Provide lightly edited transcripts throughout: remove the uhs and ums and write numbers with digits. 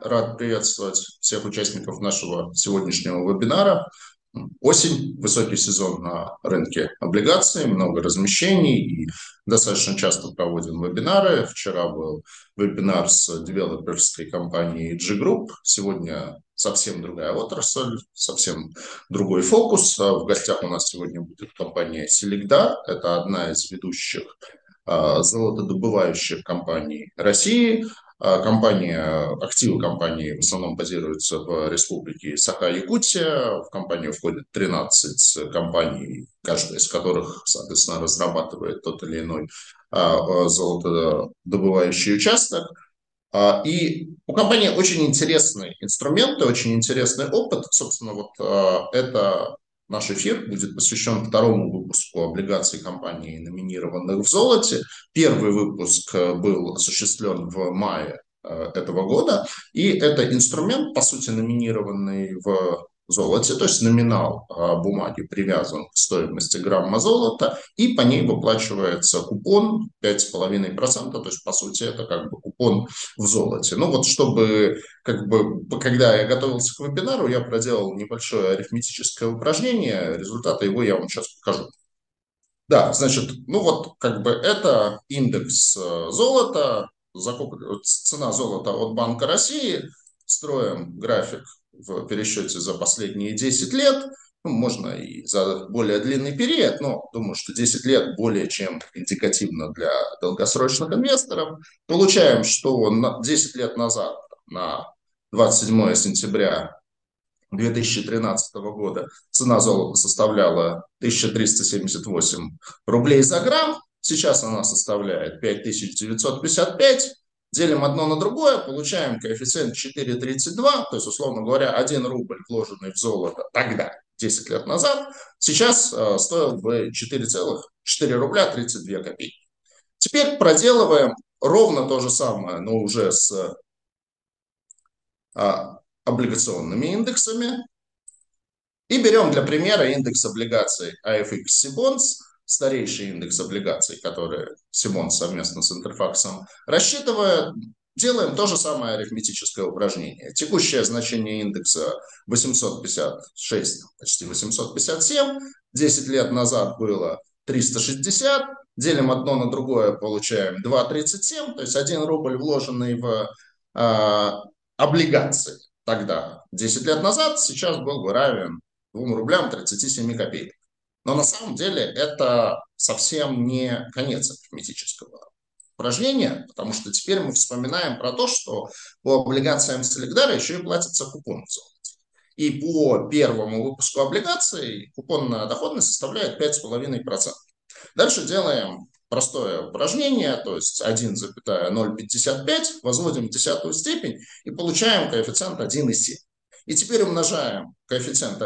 рад приветствовать всех участников нашего сегодняшнего вебинара. Осень, высокий сезон на рынке облигаций, много размещений и достаточно часто проводим вебинары. Вчера был вебинар с девелоперской компанией G-Group. Сегодня совсем другая отрасль, совсем другой фокус. В гостях у нас сегодня будет компания Seligda. Это одна из ведущих золотодобывающих компаний России. Активы компании в основном базируются в республике Саха-Якутия. В компанию входит 13 компаний, каждая из которых, соответственно, разрабатывает тот или иной золотодобывающий участок. И у компании очень интересные инструменты, очень интересный опыт. Собственно, это наш эфир будет посвящен второму выпуску облигаций компании, номинированных в золоте. Первый выпуск был осуществлен в мае этого года. И это инструмент, по сути, номинированный в золоте, то есть номинал бумаги привязан к стоимости грамма золота, и по ней выплачивается купон 5,5%, то есть, по сути, это как бы купон в золоте. Чтобы, когда я готовился к вебинару, я проделал небольшое арифметическое упражнение, результаты его я вам сейчас покажу. Да, значит, это индекс золота, цена золота от Банка России. Строим график в пересчете за последние 10 лет. Можно и за более длинный период, но думаю, что 10 лет более чем индикативно для долгосрочных инвесторов. Получаем, что 10 лет назад, на 27 сентября 2013 года, цена золота составляла 1378 рублей за грамм. Сейчас она составляет 5955. Делим одно на другое, получаем коэффициент 4,32, то есть, условно говоря, 1 рубль, вложенный в золото тогда, 10 лет назад, сейчас стоил бы 4 рубля 32 копейки. Теперь проделываем ровно то же самое, но уже с облигационными индексами. И берем для примера индекс облигаций AFX Sibonds, старейший индекс облигаций, который Сибонс совместно с Интерфаксом рассчитывает. Делаем то же самое арифметическое упражнение. Текущее значение индекса 856, почти 857. 10 лет назад было 360. Делим одно на другое, получаем 2,37. То есть 1 рубль, вложенный в облигации тогда, 10 лет назад, сейчас был бы равен 2 рублям 37 копеек. Но на самом деле это совсем не конец арифметического упражнения, потому что теперь мы вспоминаем про то, что по облигациям Солидара еще и платится купон в золоте. И по первому выпуску облигаций купонная доходность составляет 5,5%. Дальше делаем простое упражнение, то есть 1,055, возводим в десятую степень и получаем коэффициент 1,7. И теперь умножаем коэффициент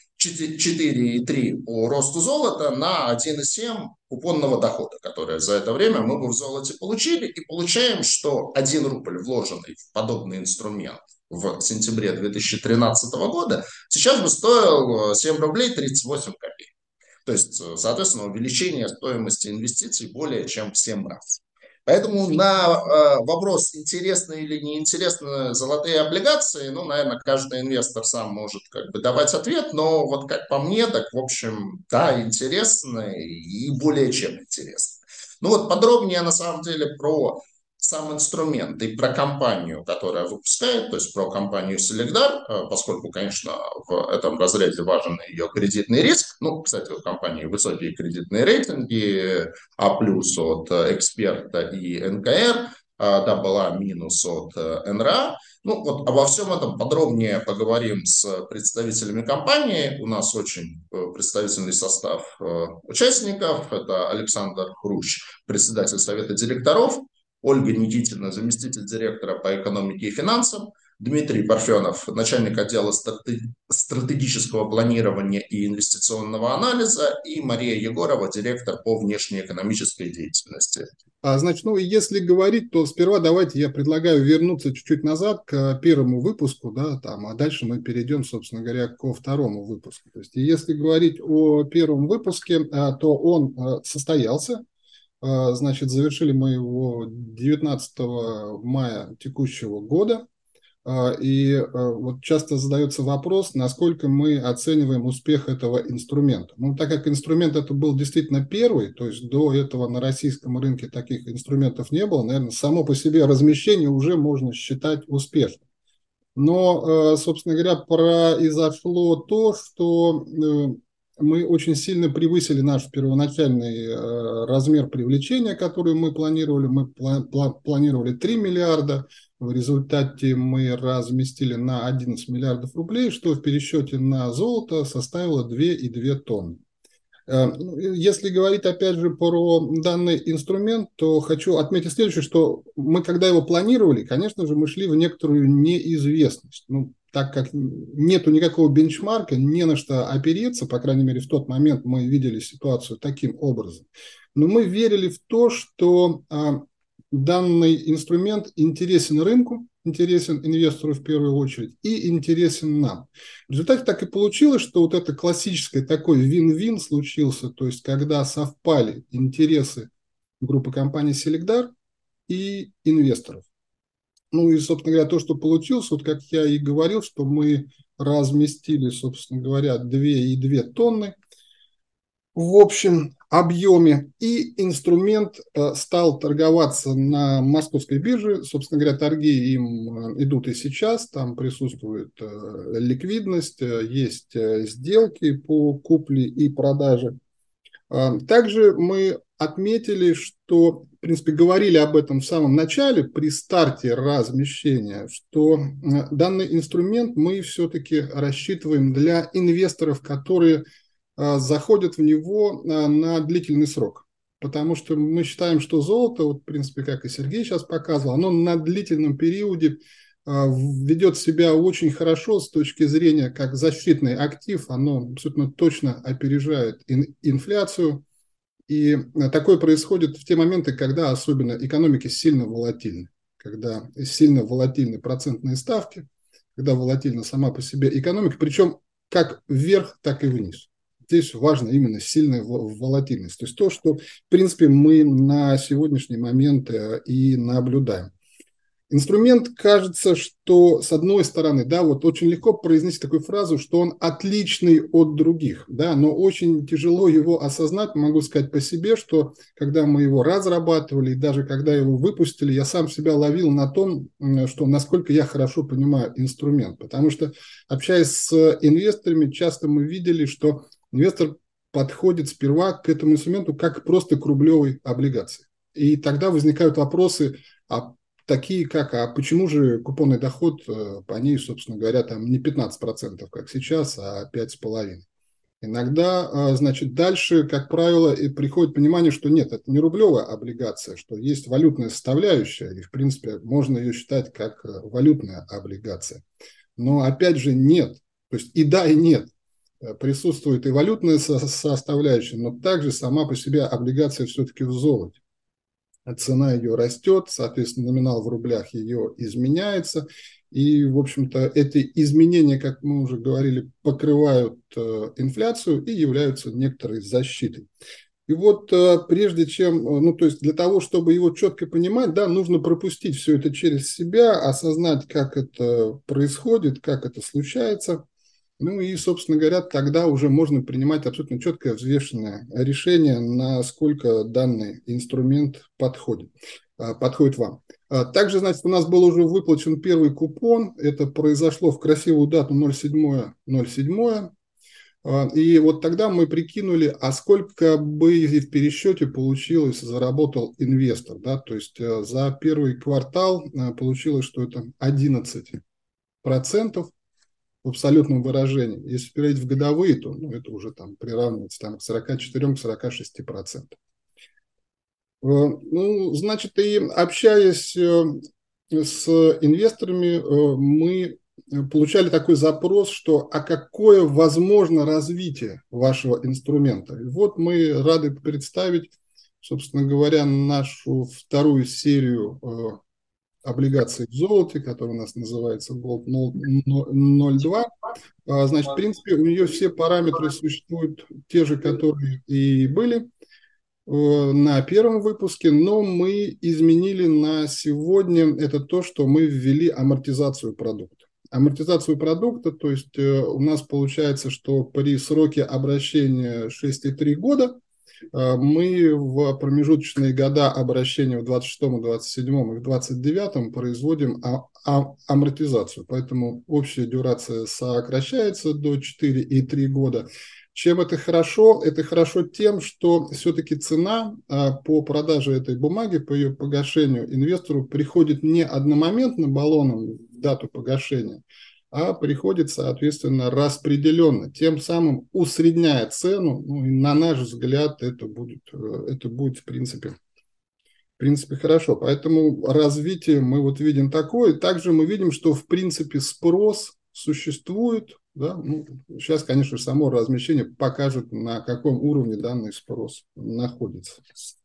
4,3 по росту золота на 1,7 купонного дохода, который за это время мы бы в золоте получили, и получаем, что 1 рубль, вложенный в подобный инструмент в сентябре 2013 года, сейчас бы стоил 7 рублей 38 копеек. То есть, соответственно, увеличение стоимости инвестиций более чем в 7 раз. Поэтому на вопрос, интересны или не интересны золотые облигации, наверное, каждый инвестор сам может давать ответ, но вот как по мне, так, в общем, да, интересно и более чем интересно. Подробнее, на самом деле, про сам инструмент и про компанию, которая выпускает, то есть про компанию Seligda, поскольку, конечно, в этом разрезе важен ее кредитный риск. Кстати, у компании высокие кредитные рейтинги, А+ от Эксперта и НКР, AA- от НРА. Обо всем этом подробнее поговорим с представителями компании. У нас очень представительный состав участников. Это Александр Хрущ, председатель Совета директоров, Ольга Никитина, заместитель директора по экономике и финансам, Дмитрий Парфенов, начальник отдела стратегического планирования и инвестиционного анализа, и Мария Егорова, директор по внешнеэкономической деятельности. Значит, если говорить, то сперва давайте я предлагаю вернуться чуть-чуть назад к первому выпуску, да, а дальше мы перейдем, собственно говоря, ко второму выпуску. То есть, если говорить о первом выпуске, то он состоялся. Значит, завершили мы его 19 мая текущего года. И вот часто задается вопрос, насколько мы оцениваем успех этого инструмента. Ну, так как инструмент это был действительно первый, то есть до этого на российском рынке таких инструментов не было, наверное, само по себе размещение уже можно считать успешным. Но, собственно говоря, произошло то, что мы очень сильно превысили наш первоначальный размер привлечения, который мы планировали. Мы планировали 3 миллиарда, в результате мы разместили на 11 миллиардов рублей, что в пересчете на золото составило 2,2 тонны. Если говорить, опять же, про данный инструмент, то хочу отметить следующее, что мы, когда его планировали, конечно же, мы шли в некоторую неизвестность. Ну, так как нету никакого бенчмарка, не на что опереться, по крайней мере, в тот момент мы видели ситуацию таким образом. Но мы верили в то, что данный инструмент интересен рынку, интересен инвестору в первую очередь и интересен нам. В результате так и получилось, что вот это классическое такой вин-вин случился, то есть когда совпали интересы группы компаний Селегдар и инвесторов. Ну и, собственно говоря, то, что получилось, вот как я и говорил, что мы разместили, собственно говоря, 2,2 тонны в общем объеме, и инструмент стал торговаться на московской бирже. Собственно говоря, торги им идут и сейчас, там присутствует ликвидность, есть сделки по купле и продаже. Также мы отметили, что, в принципе, говорили об этом в самом начале, при старте размещения, что данный инструмент мы все-таки рассчитываем для инвесторов, которые заходят в него на длительный срок. Потому что мы считаем, что золото, вот, в принципе, как и Сергей сейчас показывал, оно на длительном периоде ведет себя очень хорошо с точки зрения как защитный актив, оно абсолютно точно опережает инфляцию. И такое происходит в те моменты, когда особенно экономики сильно волатильны, когда сильно волатильны процентные ставки, когда волатильна сама по себе экономика, причем как вверх, так и вниз. Здесь важна именно сильная волатильность. То есть то, что, в принципе, мы на сегодняшний момент и наблюдаем. Инструмент, кажется, что с одной стороны, да, вот очень легко произнести такую фразу, что он отличный от других, да, но очень тяжело его осознать. Могу сказать по себе, что когда мы его разрабатывали, и даже когда его выпустили, я сам себя ловил на том, что насколько я хорошо понимаю инструмент. Потому что, общаясь с инвесторами, часто мы видели, что инвестор подходит сперва к этому инструменту как просто к рублевой облигации. И тогда возникают вопросы, такие как, а почему же купонный доход по ней, собственно говоря, там не 15%, как сейчас, а 5,5%. Иногда, значит, дальше, как правило, и приходит понимание, что нет, это не рублевая облигация, что есть валютная составляющая, и, в принципе, можно ее считать как валютная облигация. Но, опять же, нет. То есть и да, и нет. Присутствует и валютная составляющая, но также сама по себе облигация все-таки в золоте. Цена ее растет, соответственно, номинал в рублях ее изменяется. И, в общем-то, эти изменения, как мы уже говорили, покрывают инфляцию и являются некоторой защитой. И вот прежде чем, ну, то есть для того, чтобы его четко понимать, да, нужно пропустить все это через себя, осознать, как это происходит, как это случается. Ну и, собственно говоря, тогда уже можно принимать абсолютно четкое, взвешенное решение, насколько данный инструмент подходит вам. Также, значит, у нас был уже выплачен первый купон. Это произошло в красивую дату 07.07. И вот тогда мы прикинули, а сколько бы в пересчете получилось, заработал инвестор. Да? То есть за первый квартал получилось, что это 11% в абсолютном выражении. Если перейти в годовые, то это уже там приравнивается там, к 44-46%. Ну, значит, и общаясь с инвесторами, мы получали такой запрос, что а какое возможно развитие вашего инструмента. И вот мы рады представить, собственно говоря, нашу вторую серию облигаций в золоте, которая у нас называется Gold 02. Значит, в принципе, у нее все параметры существуют те же, которые и были. на первом выпуске, но мы изменили на сегодня это то, что мы ввели амортизацию продукта. Амортизацию продукта, то есть у нас получается, что при сроке обращения 6,3 года мы в промежуточные года обращения в 26, 27 и в 29 производим амортизацию. Поэтому общая дюрация сокращается до 4,3 года. Чем это хорошо? Это хорошо тем, что все-таки цена по продаже этой бумаги, по ее погашению инвестору приходит не одномоментно баллоном в дату погашения, а приходит, соответственно, распределенно, тем самым усредняя цену. Ну, и на наш взгляд, это будет в принципе хорошо. Поэтому развитие мы вот видим такое. Также мы видим, что в принципе спрос существует. Да? Ну, сейчас, конечно, само размещение покажет, на каком уровне данный спрос находится.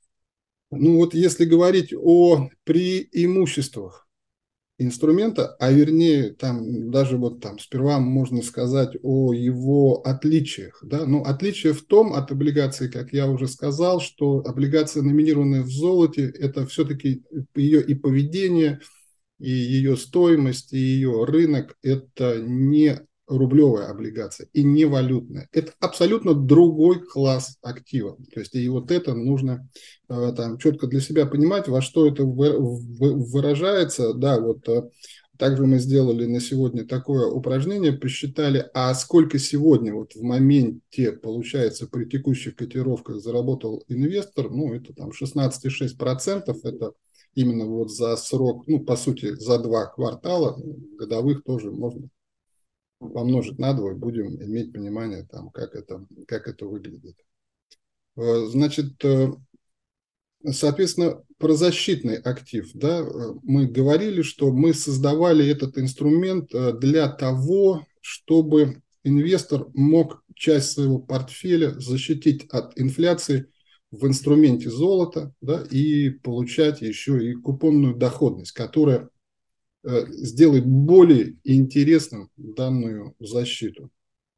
Ну вот если говорить о преимуществах инструмента, а вернее, там даже вот там сперва можно сказать о его отличиях. Да? Ну, отличие в том от облигаций, как я уже сказал, что облигация, номинированная в золоте, это все-таки ее и поведение, и ее стоимость, и ее рынок, это не рублевая облигация и не валютная. Это абсолютно другой класс актива. То есть и вот это нужно там четко для себя понимать, во что это выражается. Да, вот также мы сделали на сегодня такое упражнение, посчитали, а сколько сегодня вот в моменте, получается, при текущих котировках заработал инвестор, ну, это там 16,6%, это именно вот за срок, ну, по сути, за 2 квартала годовых тоже можно помножить на 2, будем иметь понимание, там, как это выглядит. Значит, соответственно, про защитный актив, да, мы говорили, что мы создавали этот инструмент для того, чтобы инвестор мог часть своего портфеля защитить от инфляции в инструменте золота, да, и получать еще и купонную доходность, которая сделает более интересным данную защиту.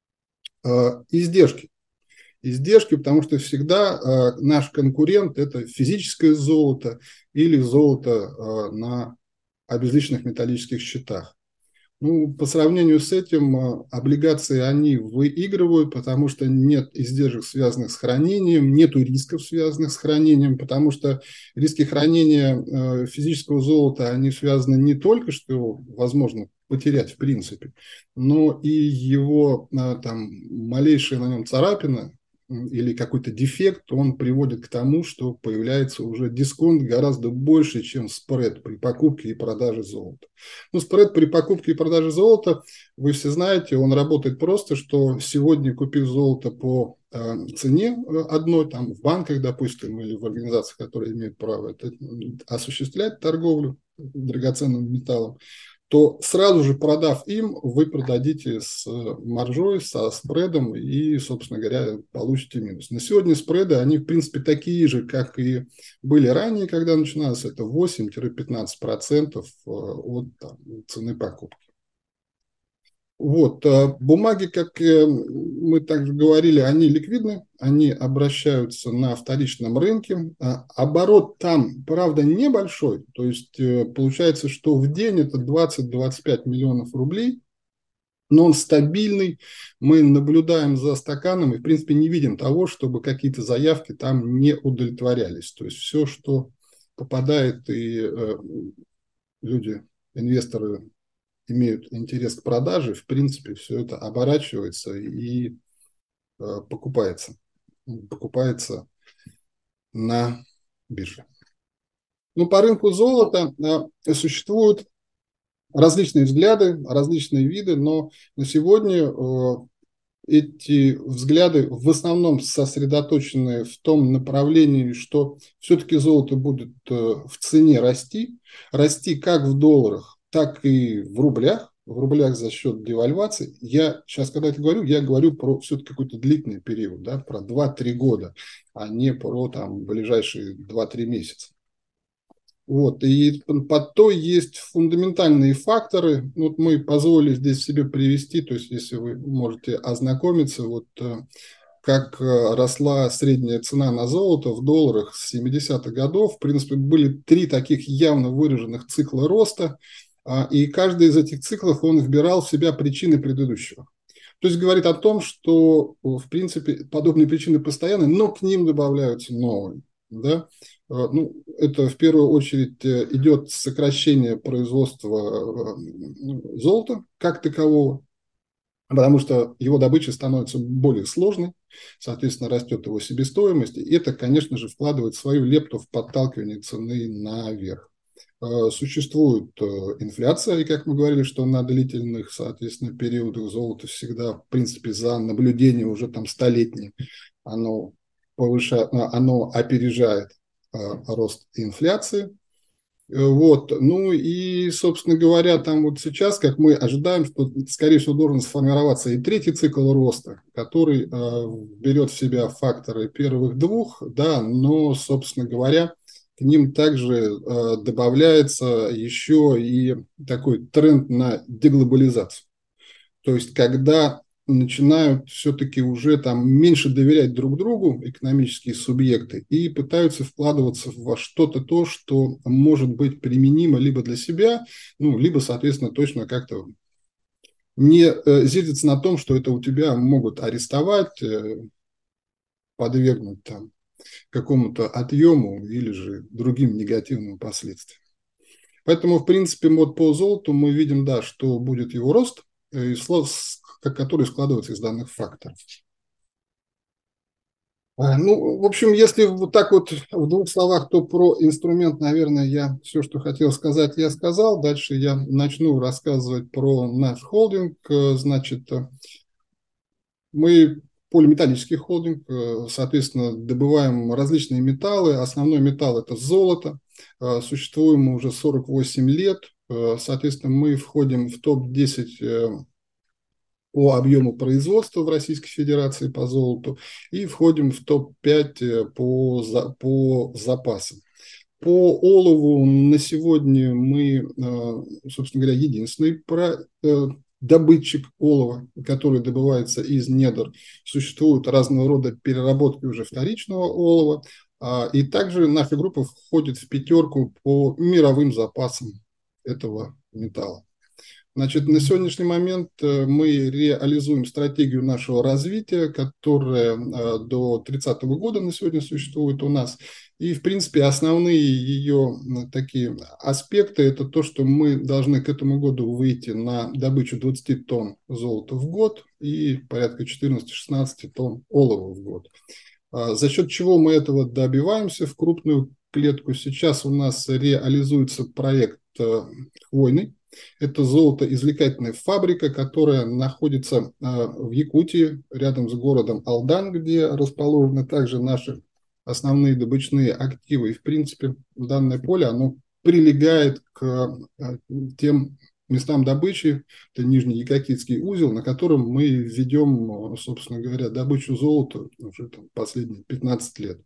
Издержки. Издержки, потому что всегда наш конкурент – это физическое золото или золото на обезличенных металлических счетах. Ну, по сравнению с этим, облигации, они выигрывают, потому что нет издержек, связанных с хранением, нет рисков, связанных с хранением, потому что риски хранения физического золота, они связаны не только, что возможно потерять в принципе, но и его там малейшая на нем царапина или какой-то дефект, он приводит к тому, что появляется уже дисконт гораздо больше, чем спред при покупке и продаже золота. Ну, спред при покупке и продаже золота, вы все знаете, он работает просто, что сегодня, купив золото по цене одной, там в банках, допустим, или в организациях, которые имеют право это, осуществлять торговлю драгоценным металлом, то сразу же продав им, вы продадите с маржой, со спредом и, собственно говоря, получите минус. На сегодня спреды, они, в принципе, такие же, как и были ранее, когда начиналось, это 8-15% от там, цены покупки. Вот, бумаги, как мы также говорили, они ликвидны, они обращаются на вторичном рынке. Оборот там, правда, небольшой, то есть получается, что в день это 20-25 миллионов рублей, но он стабильный, мы наблюдаем за стаканом и, в принципе, не видим того, чтобы какие-то заявки там не удовлетворялись. То есть все, что попадает, и люди, инвесторы, имеют интерес к продаже, в принципе, все это оборачивается и покупается на бирже. Ну, по рынку золота существуют различные взгляды, различные виды, но на сегодня эти взгляды в основном сосредоточены в том направлении, что все-таки золото будет в цене расти как в долларах, так и в рублях за счет девальвации. Я сейчас, когда это говорю, я говорю про все-таки какой-то длительный период, да, про 2-3 года, а не про там, ближайшие 2-3 месяца. Вот, и под то есть фундаментальные факторы. Вот мы позволили здесь себе привести, то есть если вы можете ознакомиться, вот как росла средняя цена на золото в долларах с 70-х годов. В принципе, были три таких явно выраженных цикла роста, и каждый из этих циклов он вбирал в себя причины предыдущего. То есть говорит о том, что, в принципе, подобные причины постоянны, но к ним добавляются новые. Да? Ну, это в первую очередь идет сокращение производства золота как такового, потому что его добыча становится более сложной, соответственно, растет его себестоимость, и это, конечно же, вкладывает свою лепту в подталкивание цены наверх. Существует инфляция, и, как мы говорили, что на длительных, соответственно, периодах золото всегда, в принципе, за наблюдение уже там столетнее, оно оно опережает рост инфляции. Вот. Ну и, собственно говоря, там вот сейчас, как мы ожидаем, что, скорее всего, должен сформироваться и третий цикл роста, который берет в себя факторы первых двух, да, но, собственно говоря, к ним также добавляется еще и такой тренд на деглобализацию. То есть, когда начинают все-таки уже там меньше доверять друг другу экономические субъекты и пытаются вкладываться во что-то то, что может быть применимо либо для себя, ну, либо, соответственно, точно как-то не зиждется на том, что это у тебя могут арестовать, подвергнуть там какому-то отъему или же другим негативным последствиям. Поэтому, в принципе, вот по золоту мы видим, да, что будет его рост, который складывается из данных факторов. Ну, в общем, если вот так вот в двух словах, то про инструмент, наверное, я все, что хотел сказать, я сказал. Дальше я начну рассказывать про наш холдинг. Значит, мы полиметаллический холдинг, соответственно, добываем различные металлы. Основной металл – это золото. Существуем мы уже 48 лет. Соответственно, мы входим в топ-10 по объему производства в Российской Федерации по золоту и входим в топ-5 по запасам. По олову на сегодня мы, собственно говоря, единственный добытчик олова, который добывается из недр. Существуют разного рода переработки уже вторичного олова. И также наша группа входит в пятерку по мировым запасам этого металла. Значит, на сегодняшний момент мы реализуем стратегию нашего развития, которая до 30-го года на сегодня существует у нас. И, в принципе, основные ее такие аспекты – это то, что мы должны к этому году выйти на добычу 20 тонн золота в год и порядка 14-16 тонн олова в год. За счет чего мы этого добиваемся в крупную клетку? Сейчас у нас реализуется проект хвойный. Это золотоизвлекательная фабрика, которая находится в Якутии, рядом с городом Алдан, где расположены также наши основные добычные активы. И, в принципе, данное поле, оно прилегает к тем местам добычи, это Нижний Якутский узел, на котором мы ведем, собственно говоря, добычу золота уже там последние 15 лет.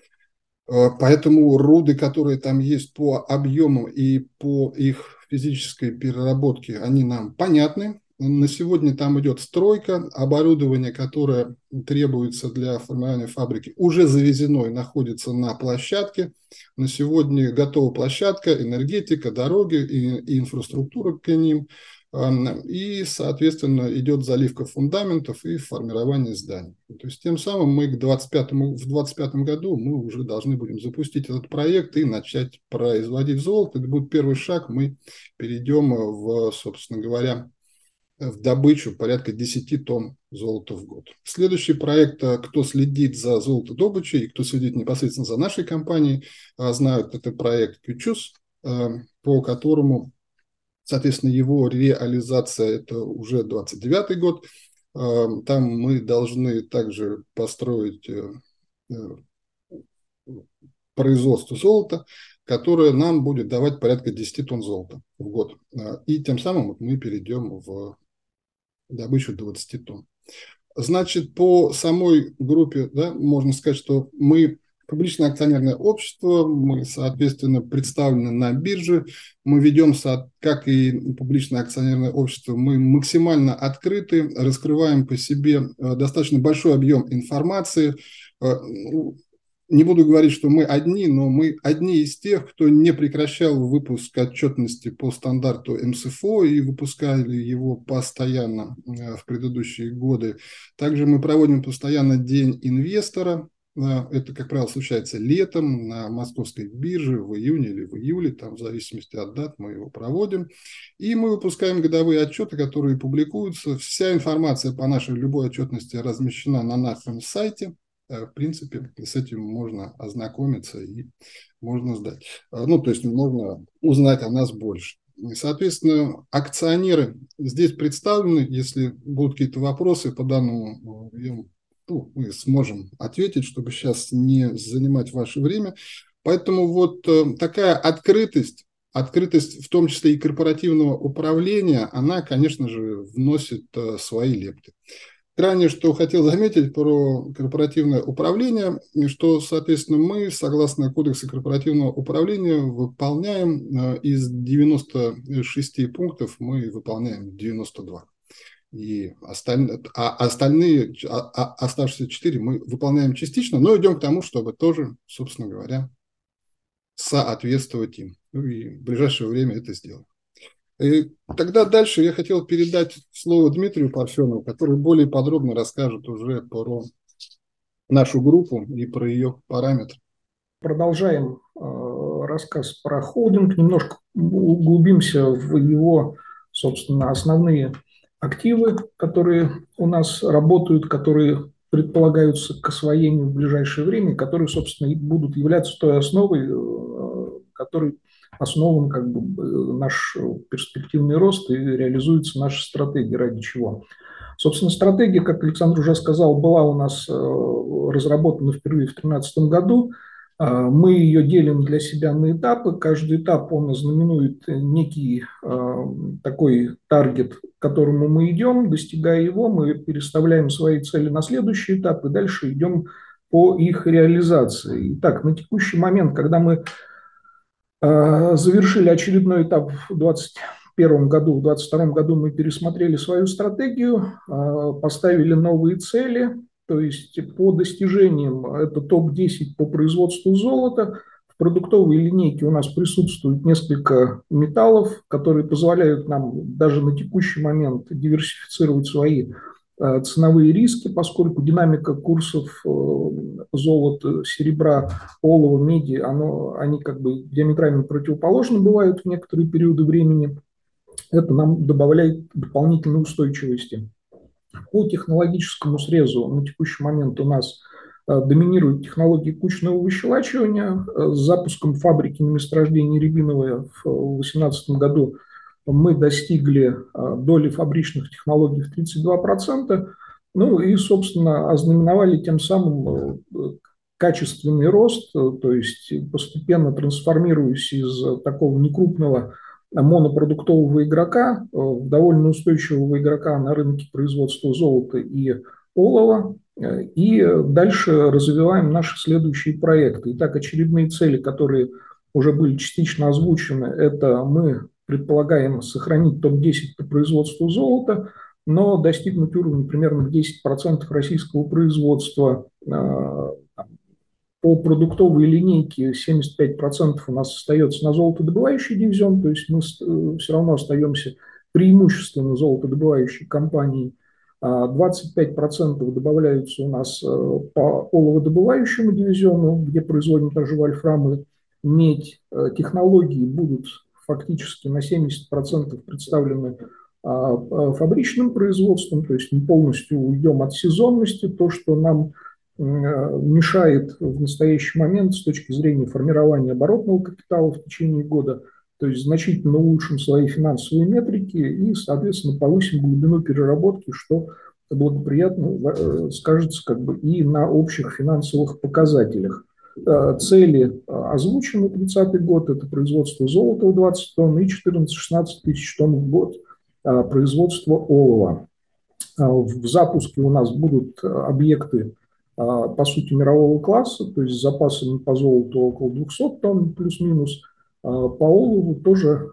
Поэтому руды, которые там есть по объемам и по их физической переработке, они нам понятны. На сегодня там идет стройка, оборудование, которое требуется для формирования фабрики, уже завезено и находится на площадке. На сегодня готова площадка, энергетика, дороги и инфраструктура к ним. И, соответственно, идет заливка фундаментов и формирование зданий. То есть тем самым мы в 2025 году мы уже должны будем запустить этот проект и начать производить золото. Это будет первый шаг, мы перейдем собственно говоря, в добычу порядка 10 тонн золота в год. Следующий проект, кто следит за золотодобычей и кто следит непосредственно за нашей компанией, знают, это проект Кючус, по которому, соответственно, его реализация – это уже 29-й год. Там мы должны также построить производство золота, которое нам будет давать порядка 10 тонн золота в год. И тем самым мы перейдем в добычу 20 тонн. Значит, по самой группе, да, можно сказать, что мы публичное акционерное общество, мы, соответственно, представлены на бирже, мы ведем, как и публичное акционерное общество, мы максимально открыты, раскрываем по себе достаточно большой объем информации. Не буду говорить, что мы одни, но мы одни из тех, кто не прекращал выпуск отчетности по стандарту МСФО и выпускали его постоянно в предыдущие годы. Также мы проводим постоянно День инвестора. Это, как правило, случается летом на московской бирже в июне или в июле, там в зависимости от дат мы его проводим. И мы выпускаем годовые отчеты, которые публикуются. Вся информация по нашей любой отчетности размещена на нашем сайте. В принципе, с этим можно ознакомиться и можно сдать. Ну, то есть можно узнать о нас больше. Соответственно, акционеры здесь представлены. Если будут какие-то вопросы по данному, мы сможем ответить, чтобы сейчас не занимать ваше время. Поэтому вот такая открытость в том числе и корпоративного управления, она, конечно же, вносит свои лепты. Крайне, что хотел заметить про корпоративное управление, что, соответственно, мы, согласно Кодексу корпоративного управления, выполняем из 96 пунктов, мы выполняем 92. И остальные, оставшиеся 4 мы выполняем частично, но идем к тому, чтобы тоже, собственно говоря, соответствовать им. Ну и в ближайшее время это сделаем. И тогда дальше я хотел передать слово Дмитрию Парфенову, который более подробно расскажет уже про нашу группу и про ее параметры. Продолжаем рассказ про холдинг, немножко углубимся в его, собственно, основные активы, которые у нас работают, которые предполагаются к освоению в ближайшее время, которые, собственно, и будут являться той основой, которой основан как бы наш перспективный рост и реализуется наша стратегия, ради чего. Собственно, стратегия, как Александр уже сказал, была у нас разработана впервые в 2013 году. Мы ее делим для себя на этапы. Каждый этап, он знаменует некий такой таргет, к которому мы идем. Достигая его, мы переставляем свои цели на следующий этап и дальше идем по их реализации. Итак, на текущий момент, когда мы завершили очередной этап в 2021 году, в 2022 году мы пересмотрели свою стратегию, поставили новые цели, то есть по достижениям это топ-10 по производству золота. В продуктовой линейке у нас присутствует несколько металлов, которые позволяют нам даже на текущий момент диверсифицировать свои ценовые риски, поскольку динамика курсов золота, серебра, олова, меди, они как бы диаметрально противоположны бывают в некоторые периоды времени. Это нам добавляет дополнительной устойчивости. По технологическому срезу на текущий момент у нас доминируют технологии кучного выщелачивания. С запуском фабрики на месторождении Рябиновое в 2018 году мы достигли доли фабричных технологий в 32%, ну и, собственно, ознаменовали тем самым качественный рост, то есть постепенно трансформируясь из такого некрупного монопродуктового игрока в довольно устойчивого игрока на рынке производства золота и олова, и дальше развиваем наши следующие проекты. Итак, очередные цели, которые уже были частично озвучены, это мы предполагаем сохранить топ-10 по производству золота, но достигнуть уровня примерно 10% российского производства. По продуктовой линейке 75% у нас остается на золотодобывающий дивизион, то есть мы все равно остаемся преимущественно золотодобывающей компанией. 25% добавляются у нас по оловодобывающему дивизиону, где производим также вольфрам и медь. Технологии будут фактически на 70% представлены фабричным производством, то есть мы полностью уйдем от сезонности, то, что нам мешает в настоящий момент с точки зрения формирования оборотного капитала в течение года, то есть значительно улучшим свои финансовые метрики и, соответственно, повысим глубину переработки, что благоприятно скажется как бы и на общих финансовых показателях. Цели озвучены 30-й год, это производство золота в 20 тонн и 14-16 тысяч тонн в год производства олова. В запуске у нас будут объекты по сути, мирового класса, то есть с запасами по золоту около 200 тонн плюс-минус. По олову тоже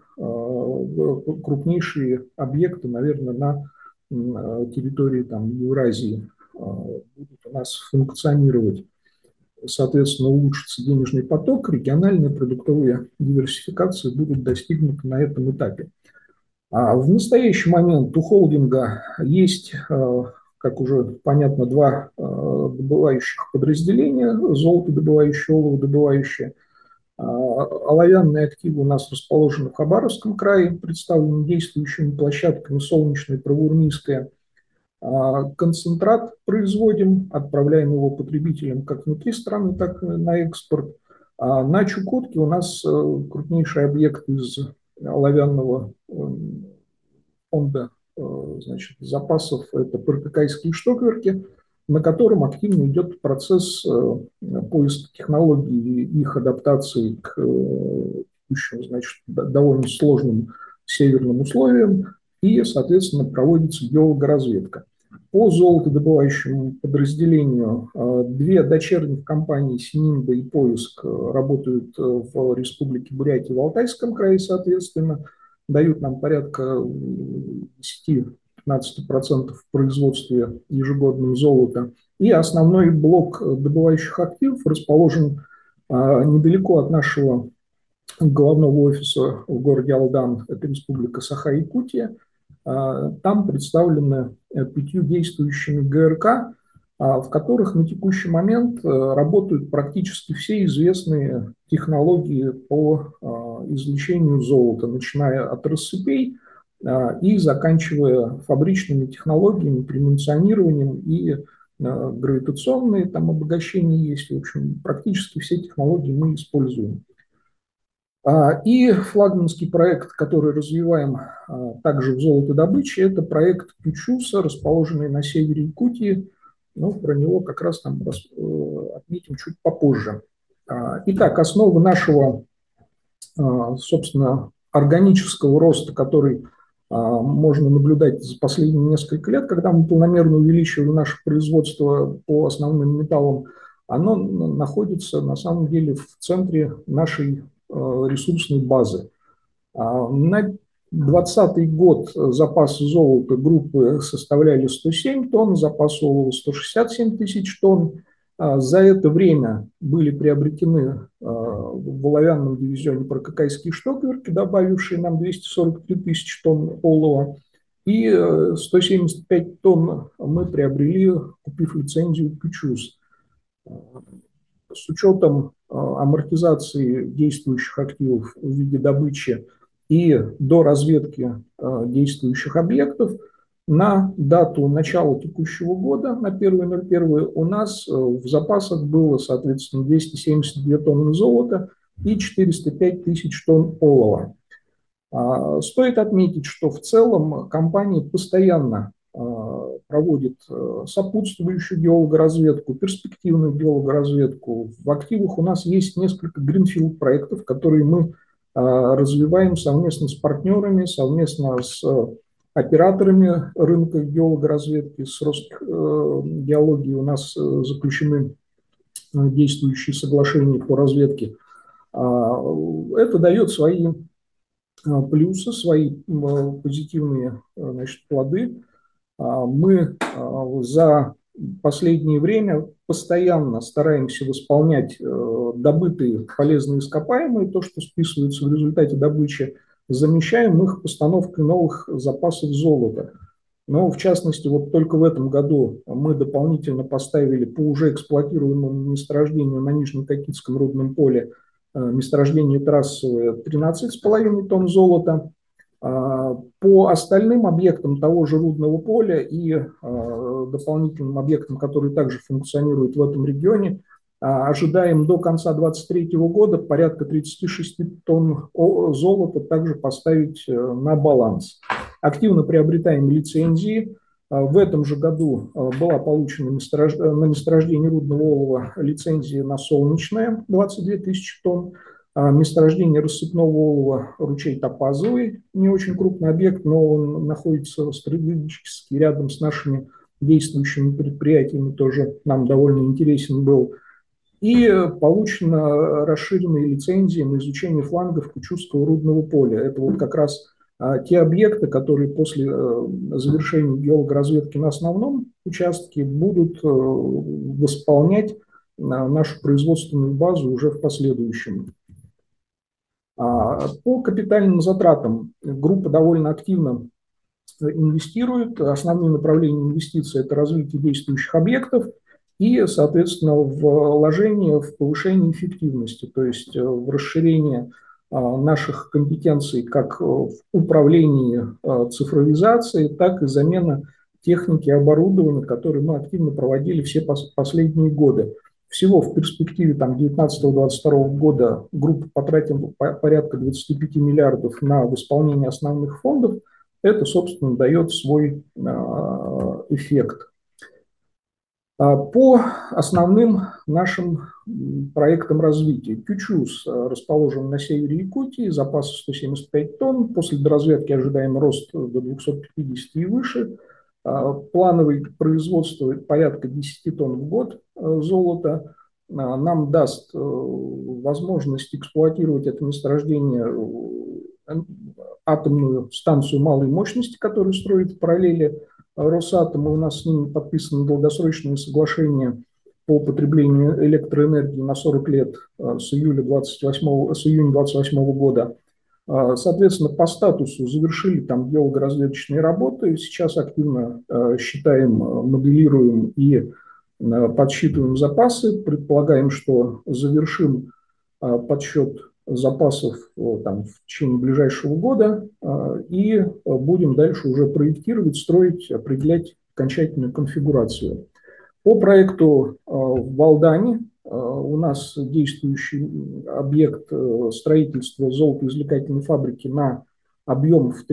крупнейшие объекты, наверное, на территории там, Евразии будут у нас функционировать. Соответственно, улучшится денежный поток, региональные продуктовые диверсификации будут достигнуты на этом этапе. В настоящий момент у холдинга есть, как уже понятно, два добывающих подразделения: золотодобывающее, оловодобывающее. Оловянные активы у нас расположены в Хабаровском крае, представлены действующими площадками Солнечная, Правоурмийская. Концентрат производим, отправляем его потребителям как внутри страны, так и на экспорт. На Чукотке у нас крупнейший объект из оловянного фонда, значит, запасов – это ПРККайские штокверки, на котором активно идет процесс поиска технологий и их адаптации к текущим, значит, довольно сложным северным условиям, и, соответственно, проводится геологоразведка. По золотодобывающему подразделению две дочерних компании «Сининда» и «Поиск» работают в Республике Бурятия и в Алтайском крае, соответственно, дают нам порядка 10-15% в производстве ежегодного золота. И основной блок добывающих активов расположен недалеко от нашего главного офиса в городе Алдан, это Республика Саха-Якутия. Там представлены 5 действующими ГРК, в которых на текущий момент работают практически все известные технологии по извлечению золота, начиная от рассыпей и заканчивая фабричными технологиями, премунционированием и гравитационные там обогащения есть. В общем, практически все технологии мы используем. И флагманский проект, который развиваем также в золотодобыче, это проект Кючуса, расположенный на севере Якутии. Ну, про него как раз там отметим чуть попозже. Итак, основа нашего, собственно, органического роста, который можно наблюдать за последние несколько лет, когда мы планомерно увеличивали наше производство по основным металлам, оно находится на самом деле в центре нашей ресурсной базы. На 2020 год запасы золота группы составляли 107 тонн, запасы олова 167 тысяч тонн. За это время были приобретены в оловянном дивизионе ПРККайские штокверки, добавившие нам 243 тысячи тонн олова, и 175 тонн мы приобрели, купив лицензию Кючус. С учетом амортизации действующих активов в виде добычи и до разведки действующих объектов, на дату начала текущего года, на 1.01, у нас в запасах было, соответственно, 272 тонны золота и 405 тысяч тонн олова. Стоит отметить, что в целом компания постоянно проводит сопутствующую геологоразведку, перспективную геологоразведку. В активах у нас есть несколько гринфилд проектов, которые мы развиваем совместно с партнерами, совместно с операторами рынка геологоразведки, с Росгеологией у нас заключены действующие соглашения по разведке. Это дает свои плюсы, свои позитивные, значит, плоды. Мы за последнее время постоянно стараемся восполнять добытые полезные ископаемые, то, что списывается в результате добычи, замещаем их постановкой новых запасов золота. Но, в частности, вот только в этом году мы дополнительно поставили по уже эксплуатируемому месторождению на Нижнекокитском рудном поле месторождение трассовое 13,5 тонн золота. По остальным объектам того же рудного поля и дополнительным объектам, которые также функционируют в этом регионе, ожидаем до конца 2023 года порядка 36 тонн золота также поставить на баланс. Активно приобретаем лицензии. В этом же году была получена на месторождении рудного олова лицензия на солнечное 22 тысячи тонн. Месторождение рассыпного олова ручей Топазовый, не очень крупный объект, но он находится стратегически рядом с нашими действующими предприятиями тоже нам довольно интересен был. И получена расширенная лицензия на изучение флангов Кучурского рудного поля. Это вот как раз те объекты, которые после завершения геологоразведки на основном участке будут восполнять нашу производственную базу уже в последующем. По капитальным затратам группа довольно активно инвестирует. Основные направления инвестиций – это развитие действующих объектов и, соответственно, вложение в повышение эффективности, то есть в расширение наших компетенций как в управлении цифровизацией, так и замена техники и оборудования, которые мы активно проводили все последние годы. Всего в перспективе 2019-2022 года группа потратила порядка 25 миллиардов на восполнение основных фондов. Это, собственно, дает свой эффект. По основным нашим проектам развития. Кючуз расположен на севере Якутии, запасы 175 тонн. После доразведки ожидаем рост до 250 и выше. Плановое производство порядка 10 тонн в год золота нам даст возможность эксплуатировать это месторождение, атомную станцию малой мощности, которую строит в параллели Росатома. У нас с ними подписано долгосрочное соглашение по потреблению электроэнергии на 40 лет с июня 2028 года. Соответственно, по статусу завершили там геологоразведочные работы. Сейчас активно считаем, моделируем и подсчитываем запасы. Предполагаем, что завершим подсчет запасов в течение ближайшего года и будем дальше уже проектировать, строить, определять окончательную конфигурацию. По проекту в Валдане у нас действующий объект строительства золотоизвлекательной фабрики на объем в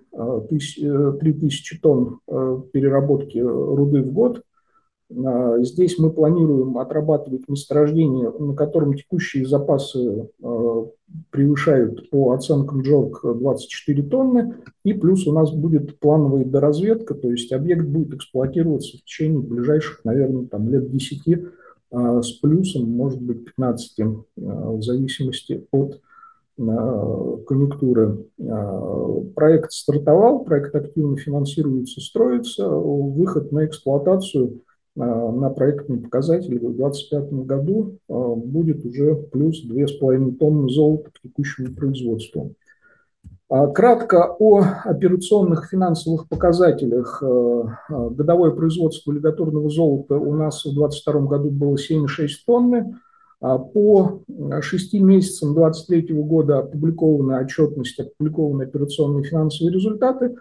3000 тонн переработки руды в год. Здесь мы планируем отрабатывать месторождение, на котором текущие запасы превышают по оценкам JORC 24 тонны, и плюс у нас будет плановая доразведка, то есть объект будет эксплуатироваться в течение ближайших, наверное, лет 10 с плюсом, может быть, 15, в зависимости от конъюнктуры. Проект стартовал, проект активно финансируется, строится, выход на эксплуатацию на проектные показатели в 2025 году будет уже плюс 2,5 тонны золота к текущему производству. Кратко о операционных финансовых показателях. Годовое производство лигаторного золота у нас в 2022 году было 7,6 тонны. По 6 месяцам 2023 года опубликована отчетность, опубликованы операционные финансовые результаты.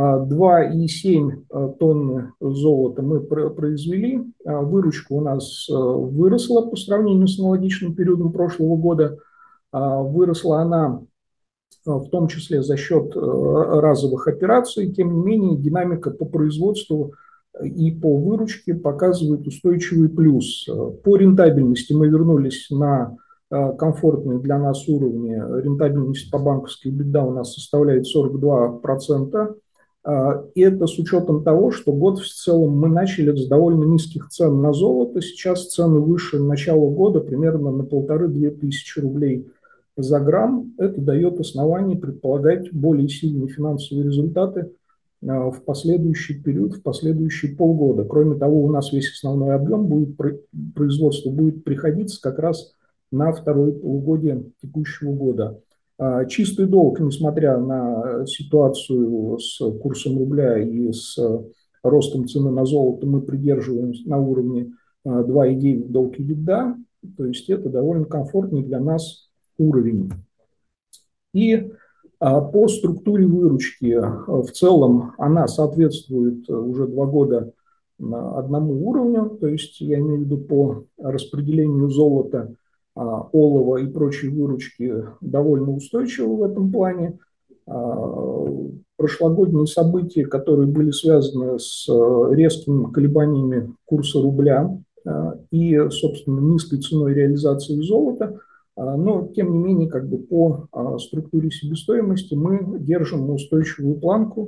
2,7 тонны золота мы произвели. Выручка у нас выросла по сравнению с аналогичным периодом прошлого года. Выросла она в том числе за счет разовых операций. Тем не менее, динамика по производству и по выручке показывает устойчивый плюс. По рентабельности мы вернулись на комфортные для нас уровни. Рентабельность по банковской EBITDA у нас составляет 42%. И это с учетом того, что год в целом мы начали с довольно низких цен на золото. Сейчас цены выше начала года примерно на 1500-2000 рублей за грамм. Это дает основание предполагать более сильные финансовые результаты в последующий период, в последующие полгода. Кроме того, у нас весь основной объем производства будет приходиться как раз на второе полугодие текущего года. Чистый долг, несмотря на ситуацию с курсом рубля и с ростом цены на золото, мы придерживаемся на уровне 2,9 долг EBITDA, то есть это довольно комфортный для нас уровень. И по структуре выручки в целом она соответствует уже 2 года одному уровню, то есть я имею в виду по распределению золота, олова и прочей выручки довольно устойчивы в этом плане. Прошлогодние события, которые были связаны с резкими колебаниями курса рубля и, собственно, низкой ценой реализации золота, но, тем не менее, по структуре себестоимости мы держим устойчивую планку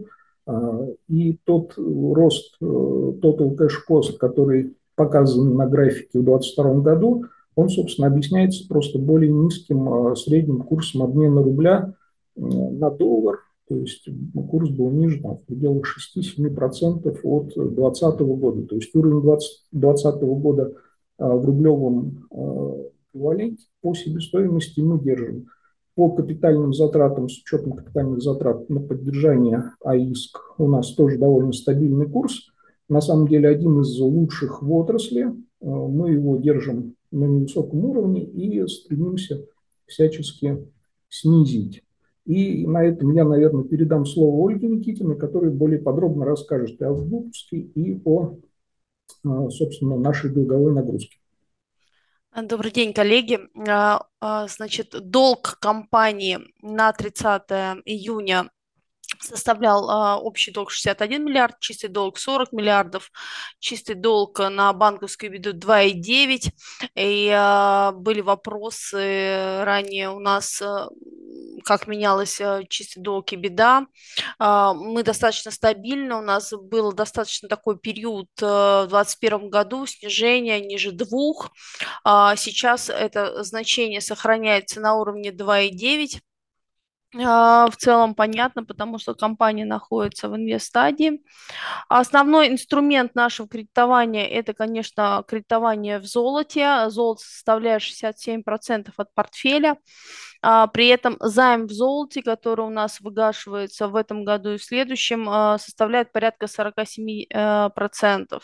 И тот рост total cash cost, который показан на графике в 2022 году, он, собственно, объясняется просто более низким средним курсом обмена рубля на доллар. То есть курс был ниже там, в пределах 6-7% от 2020 года. То есть уровень 2020 года в рублевом эквиваленте по себестоимости мы держим. По капитальным затратам, с учетом капитальных затрат на поддержание АИСК, у нас тоже довольно стабильный курс. На самом деле один из лучших в отрасли. Мы его держим на невысоком уровне и стремимся всячески снизить. И на этом я, наверное, передам слово Ольге Никитиной, которая более подробно расскажет и о выпуске, и о, собственно, нашей долговой нагрузке. Добрый день, коллеги. Значит, долг компании на 30 июня составлял общий долг 61 миллиард, чистый долг 40 миллиардов, чистый долг на банковскую беду 2,9. И были вопросы ранее у нас, как менялось чистый долг и беда. Мы достаточно стабильно, у нас был достаточно такой период в 2021 году, снижение ниже 2. Сейчас это значение сохраняется на уровне 2,9. В целом понятно, потому что компания находится в инвест-стадии. Основной инструмент нашего кредитования – это, конечно, кредитование в золоте. Золото составляет 67% от портфеля. При этом займ в золоте, который у нас выгашивается в этом году и в следующем, составляет порядка 47%.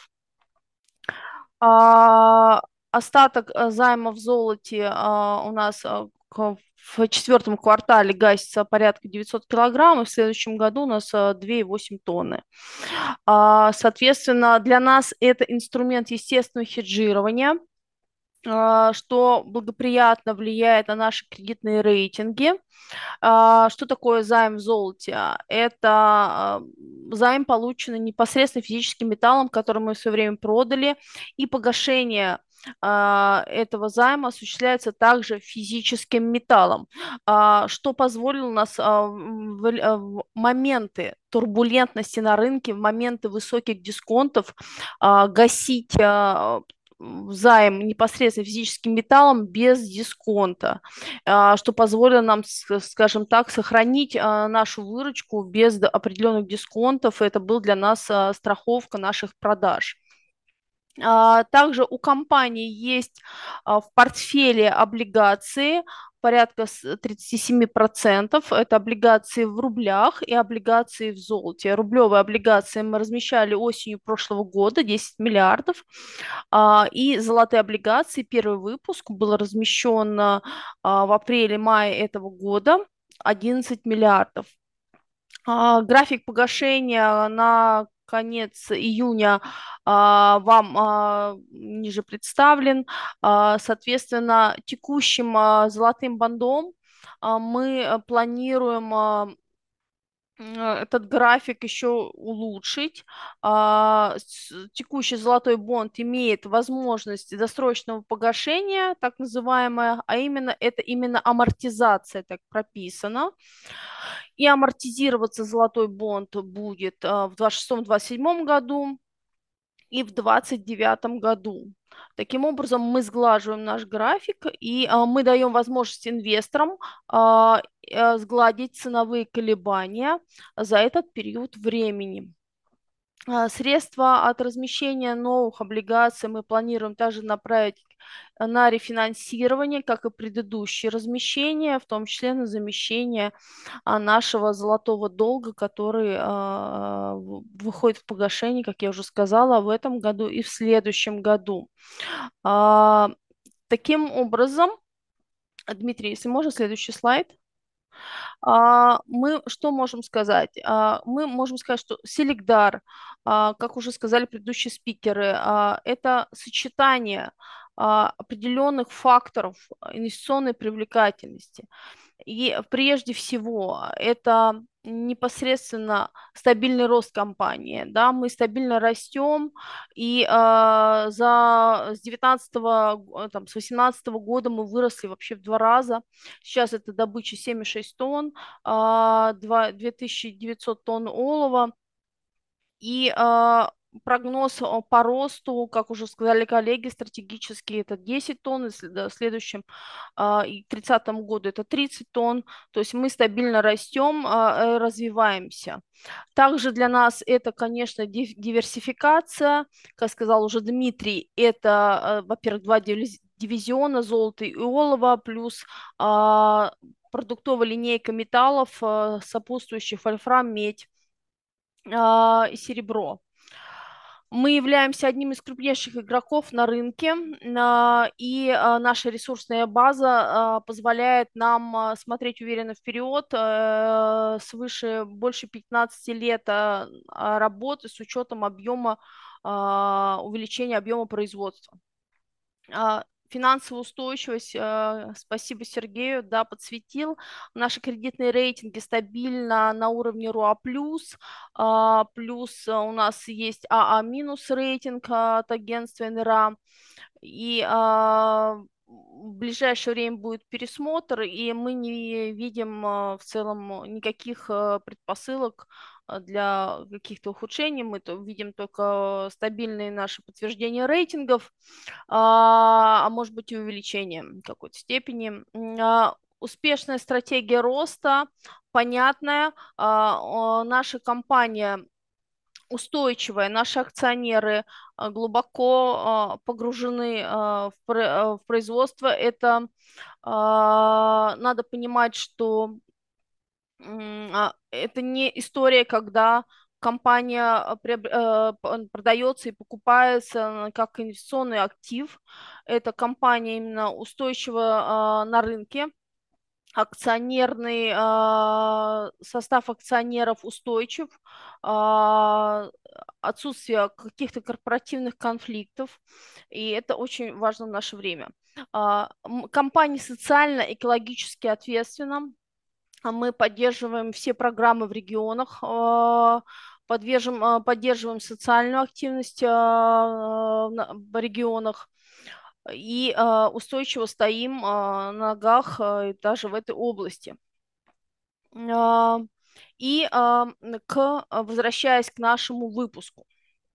Остаток займа в золоте у нас в четвертом квартале гасится порядка 900 килограмм, и в следующем году у нас 2,8 тонны. Соответственно, для нас это инструмент естественного хеджирования, что благоприятно влияет на наши кредитные рейтинги. Что такое займ в золоте? Это займ, полученный непосредственно физическим металлом, который мы в свое время продали, и погашение этого займа осуществляется также физическим металлом, что позволило нас в моменты турбулентности на рынке, в моменты высоких дисконтов гасить займ непосредственно физическим металлом без дисконта, что позволило нам, скажем так, сохранить нашу выручку без определенных дисконтов. Это был для нас страховка наших продаж. Также у компании есть в портфеле облигации порядка 37%. Это облигации в рублях и облигации в золоте. Рублевые облигации мы размещали осенью прошлого года, 10 миллиардов. И золотые облигации, первый выпуск был размещен в апреле-мае этого года, 11 миллиардов. График погашения на конец июня вам ниже представлен. Соответственно, текущим золотым бондом мы планируем этот график еще улучшить. Текущий золотой бонд имеет возможность досрочного погашения, так называемая, а именно это именно амортизация, так прописано. И амортизироваться золотой бонд будет в 2026-2027 году и в 2029 году. Таким образом, мы сглаживаем наш график, и мы даем возможность инвесторам сгладить ценовые колебания за этот период времени. Средства от размещения новых облигаций мы планируем также направить на рефинансирование, как и предыдущие размещения, в том числе на замещение нашего золотого долга, который выходит в погашение, как я уже сказала, в этом году и в следующем году. Таким образом, Дмитрий, если можно, следующий слайд. Мы что можем сказать? Мы можем сказать, что Селигдар, как уже сказали предыдущие спикеры, это сочетание определенных факторов инвестиционной привлекательности. И прежде всего это непосредственно стабильный рост компании. Да, мы стабильно растем, и с 18 года мы выросли вообще в 2 раза. Сейчас это добыча 7,6 тонн, 2900 тонн олова. И прогноз по росту, как уже сказали коллеги, стратегически это 10 тонн, если в следующем и к 30 году это 30 тонн. То есть мы стабильно растем, развиваемся. Также для нас это, конечно, диверсификация. Как сказал уже Дмитрий, это, во-первых, два дивизиона, золото и олово, плюс продуктовая линейка металлов, сопутствующих вольфрам, медь и серебро. Мы являемся одним из крупнейших игроков на рынке, и наша ресурсная база позволяет нам смотреть уверенно вперед свыше больше 15 лет работы с учетом объема, увеличения объема производства. Финансовая устойчивость, спасибо Сергею, да, подсветил. Наши кредитные рейтинги стабильно на уровне РУА+, плюс у нас есть АА- рейтинг от агентства НРА. И в ближайшее время будет пересмотр, и мы не видим в целом никаких предпосылок для каких-то ухудшений. Мы видим только стабильные наши подтверждения рейтингов, может быть и увеличение в какой-то степени. Успешная стратегия роста, понятная. Наша компания устойчивая, наши акционеры глубоко погружены в производство. Это надо понимать, что это не история, когда компания продается и покупается как инвестиционный актив. Это компания именно устойчива на рынке. Акционерный состав акционеров устойчив, отсутствие каких-то корпоративных конфликтов, и это очень важно в наше время. Компания социально-экологически ответственна. Мы поддерживаем все программы в регионах, поддерживаем социальную активность в регионах и устойчиво стоим на ногах даже в этой области. И возвращаясь к нашему выпуску.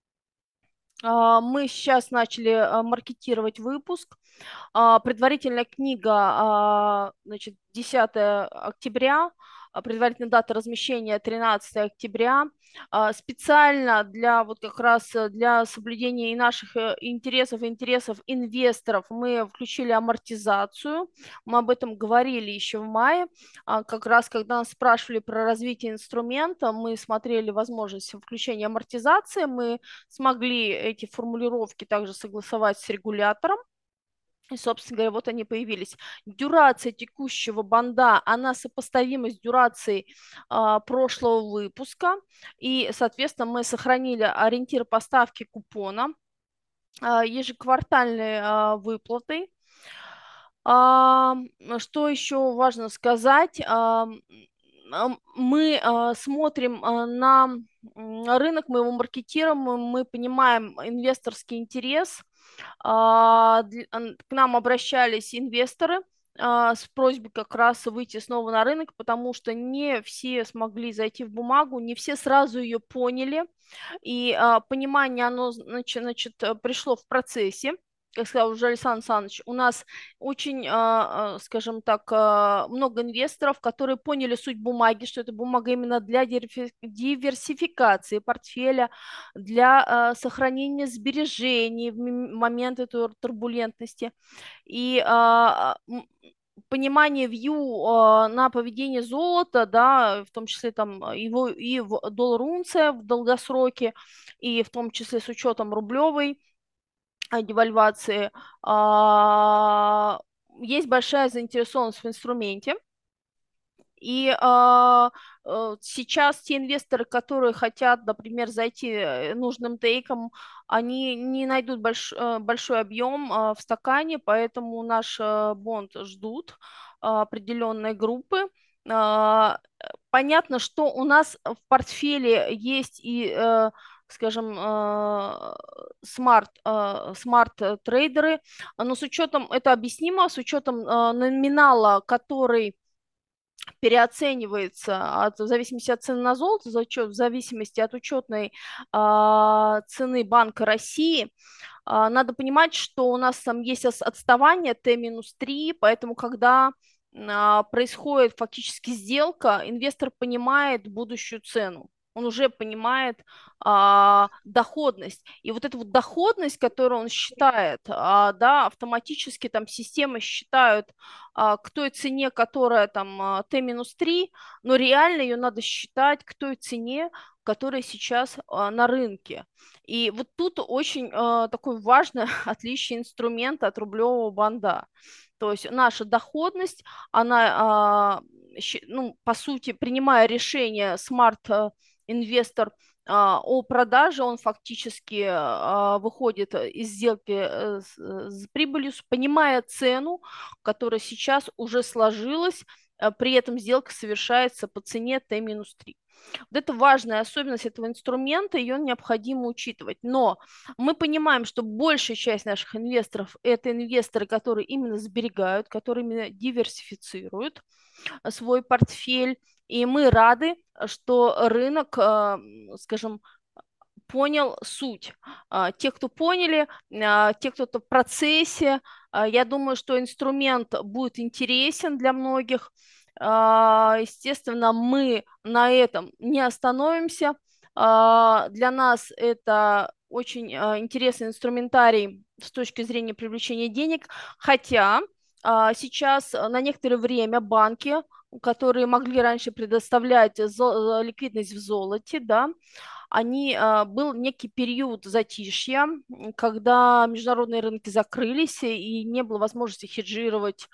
Мы сейчас начали маркетировать выпуск. Предварительная книга, значит, 10 октября, предварительная дата размещения 13 октября. Специально для вот как раз для соблюдения и наших интересов, и интересов инвесторов мы включили амортизацию. Мы об этом говорили еще в мае. Как раз когда нас спрашивали про развитие инструмента, мы смотрели возможность включения амортизации. Мы смогли эти формулировки также согласовать с регулятором. И, собственно говоря, вот они появились. Дюрация текущего банда, она сопоставима с дюрацией прошлого выпуска. И, соответственно, мы сохранили ориентир поставки купона, ежеквартальные выплаты. Что еще важно сказать? Мы смотрим на рынок, мы его маркетируем, мы понимаем инвесторский интерес. К нам обращались инвесторы с просьбой как раз выйти снова на рынок, потому что не все смогли зайти в бумагу, не все сразу ее поняли, и понимание оно, значит, пришло в процессе. Как сказал уже Александр Александрович, у нас очень, скажем так, много инвесторов, которые поняли суть бумаги, что это бумага именно для диверсификации портфеля, для сохранения сбережений в момент этой турбулентности. И понимание на поведение золота, да, в том числе там его и в доллар-унция в долгосроке, и в том числе с учетом рублевой девальвации, есть большая заинтересованность в инструменте. И сейчас те инвесторы, которые хотят, например, зайти нужным тейком, они не найдут большой объем в стакане, поэтому наш бонд ждут определенные группы. Понятно, что у нас в портфеле есть и скажем, смарт-трейдеры, но с учетом, это объяснимо, с учетом номинала, который переоценивается в зависимости от цены на золото, в зависимости от учетной цены Банка России. Надо понимать, что у нас там есть отставание Т-3, поэтому когда происходит фактически сделка, инвестор понимает будущую цену. Он уже понимает доходность. И вот эта вот доходность, которую он считает, да, автоматически там системы считают к той цене, которая там Т-3, но реально ее надо считать к той цене, которая сейчас на рынке. И вот тут очень такой важный отличие инструмента от рублевого банда. То есть наша доходность, она, ну, по сути, принимая решение смарт-инвестор о продаже, он фактически выходит из сделки с прибылью, понимая цену, которая сейчас уже сложилась, при этом сделка совершается по цене Т-3. Вот это важная особенность этого инструмента, ее необходимо учитывать. Но мы понимаем, что большая часть наших инвесторов – это инвесторы, которые именно сберегают, которые именно диверсифицируют свой портфель. И мы рады, что рынок, скажем, понял суть. Те, кто поняли, те, кто в процессе, я думаю, что инструмент будет интересен для многих. Естественно, мы на этом не остановимся. Для нас это очень интересный инструментарий с точки зрения привлечения денег, хотя сейчас на некоторое время банки, которые могли раньше предоставлять ликвидность в золоте, да, был некий период затишья, когда международные рынки закрылись и не было возможности хеджировать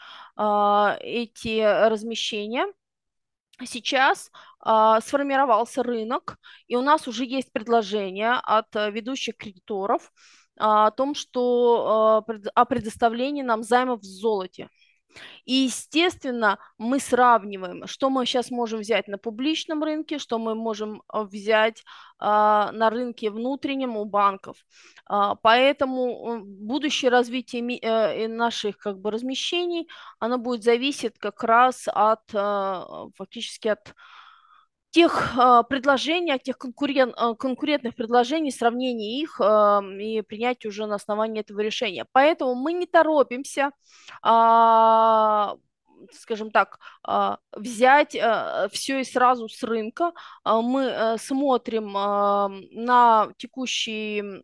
эти размещения. Сейчас сформировался рынок, и у нас уже есть предложение от ведущих кредиторов о том, что о предоставлении нам займов в золоте. И, естественно, мы сравниваем, что мы сейчас можем взять на публичном рынке, что мы можем взять на рынке внутреннем у банков. Поэтому будущее развитие наших как бы размещений, оно будет зависеть как раз от фактически от тех предложений, от тех конкурентных предложений, сравнения их и принятия уже на основании этого решения. Поэтому мы не торопимся, скажем так, взять все и сразу с рынка. Мы смотрим на текущие